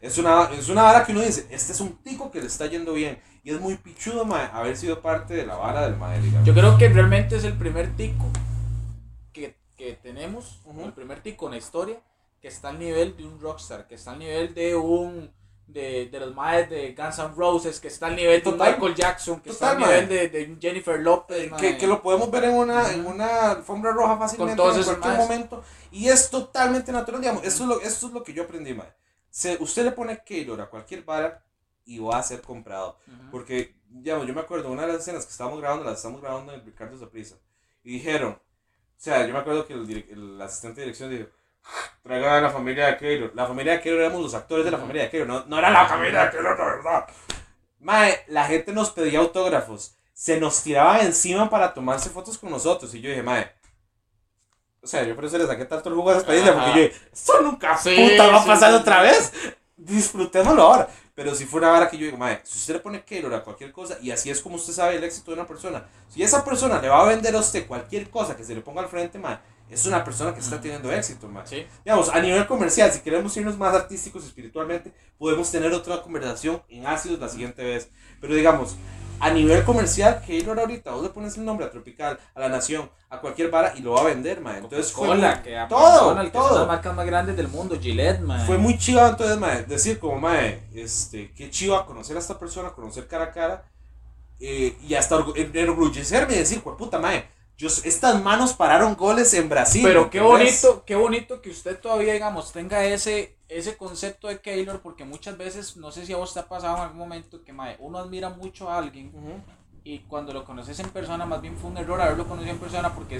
Es una vara que uno dice, este es un tico que le está yendo bien. Y es muy pichudo, mae, haber sido parte de la vara del mae, digamos. Yo creo que realmente es el primer tico que tenemos, el primer tico en la historia, que está al nivel de un rockstar, que está al nivel de los maes de Guns N' Roses, que está al nivel de un Michael Jackson, que está al nivel de Jennifer Lopez, que lo podemos ver en una alfombra roja fácilmente en cualquier momento, y es totalmente natural, digamos. Esto es lo que yo aprendí, mae. Usted le pone Keylor a cualquier vara y va a ser comprado, porque, digamos, yo me acuerdo de una de las escenas que estamos grabando en Ricardo Saprissa, y dijeron, o sea, yo me acuerdo que el asistente de dirección dijo, traigan a la familia de Keylor. La familia de Keylor éramos los actores de la familia de Keylor, no era la familia de Keylor, la verdad. Mae, la gente nos pedía autógrafos, se nos tiraba encima para tomarse fotos con nosotros, y yo dije, mae, o sea, yo por eso le saqué tanto el jugo a esa experiencia, porque yo dije, esto nunca va a pasar otra vez, disfrutémoslo ahora. Pero si fue una vara que yo digo, mae, si usted le pone Keylor a cualquier cosa, y así es como usted sabe el éxito de una persona, si esa persona le va a vender a usted cualquier cosa que se le ponga al frente, mae, es una persona que está teniendo éxito, mae. Sí. Digamos, a nivel comercial, si queremos irnos más artísticos espiritualmente, podemos tener otra conversación en ácidos la siguiente vez. Pero digamos, a nivel comercial, Keylor ahorita, vos le pones el nombre a Tropical, a La Nación, a cualquier vara y lo va a vender, mae. Entonces Coca-Cola, todo. Que son las marcas más grandes del mundo, Gillette, mae. Fue muy chiva, entonces, mae, decir como, mae, qué chiva conocer a esta persona, conocer cara a cara, y hasta enorgullecerme y decir, puta, mae, estas manos pararon goles en Brasil. Pero qué bonito que usted todavía, digamos, tenga ese concepto de Keylor, porque muchas veces, no sé si a vos te ha pasado en algún momento que, mae, uno admira mucho a alguien, y cuando lo conoces en persona, más bien fue un error haberlo conocido en persona, porque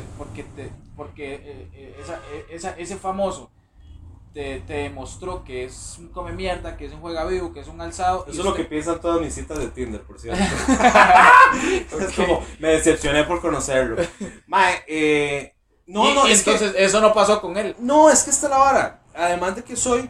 ese famoso te demostró que es un come mierda, que es un juega vivo, que es un alzado. Eso es lo que piensan todas mis citas de Tinder, por cierto. Es como, me decepcioné por conocerlo. Mae, no, es entonces que eso no pasó con él. No, es que esta es la vara. Además de que soy,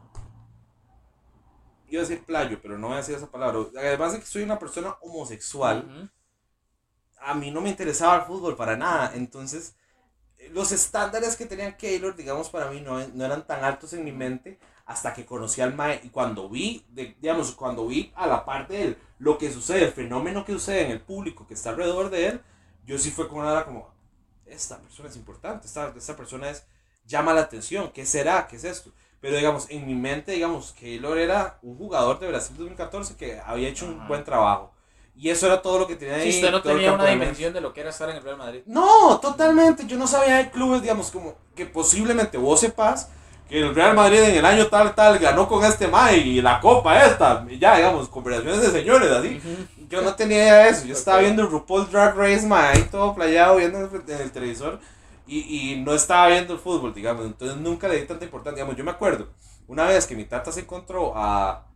iba a decir playo, pero no voy a decir esa palabra. Además de que soy una persona homosexual, a mí no me interesaba el fútbol para nada. Entonces, los estándares que tenía Keylor, digamos, para mí no eran tan altos en mi mente hasta que conocí al mae. Y cuando vi a la par de él lo que sucede, el fenómeno que sucede en el público que está alrededor de él, yo sí fue como, esta persona es importante, esta persona llama la atención, ¿qué será? ¿Qué es esto? Pero digamos, en mi mente, digamos, Keylor era un jugador de Brasil 2014 que había hecho un buen trabajo. Y eso era todo lo que tenía ahí. Si usted no tenía una dimensión de lo que era estar en el Real Madrid. No, totalmente. Yo no sabía de clubes, digamos, como que posiblemente vos sepas que el Real Madrid en el año tal ganó con este mae y la copa esta. Y ya, digamos, conversaciones de señores, así. Yo no tenía idea de eso. Yo estaba viendo el RuPaul Drag Race, mae, ahí todo playado, viendo en el televisor. Y no estaba viendo el fútbol, digamos. Entonces nunca le di tanta importancia. Digamos, yo me acuerdo una vez que mi tata se encontró a...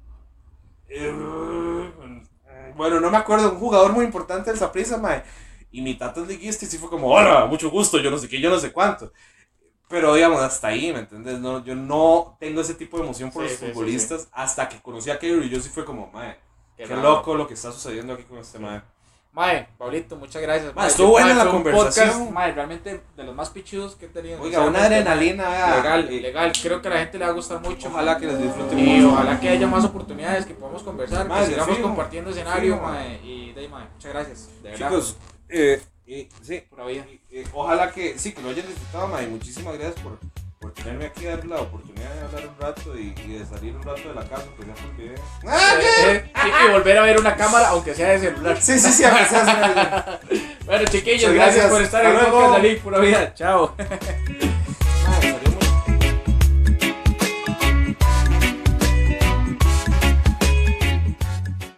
bueno, no me acuerdo, un jugador muy importante del Saprissa, mae. Y mi tata es liguista y sí fue como, hola, mucho gusto, yo no sé qué, yo no sé cuánto. Pero digamos, hasta ahí, ¿me entiendes? No, yo no tengo ese tipo de emoción por los futbolistas hasta que conocí a Keylor y yo sí fue como, mae, qué loco lo que está sucediendo aquí con este mae. Mae, Pablito, muchas gracias. Mae, estuvo buena la conversación. Podcast, mae, realmente de los más pichudos que he tenido. Oiga, una adrenalina, legal. Creo que a la gente le va a gustar mucho. Ojalá que les disfruten mucho. Y ojalá que haya más oportunidades, que podamos conversar, mae, que sigamos compartiendo escenario, mae. Y de ahí, mae, muchas gracias. De verdad. Chicos, sí, pura vida. Ojalá que lo hayan disfrutado, mae. Muchísimas gracias por tenerme aquí, dar la oportunidad de hablar un rato y de salir un rato de la casa, pues ya porque... y volver a ver una cámara, aunque sea de celular. Sí, aunque sea de celular. Bueno, chiquillos, gracias por estar en el podcast de Pura Vida. Chao.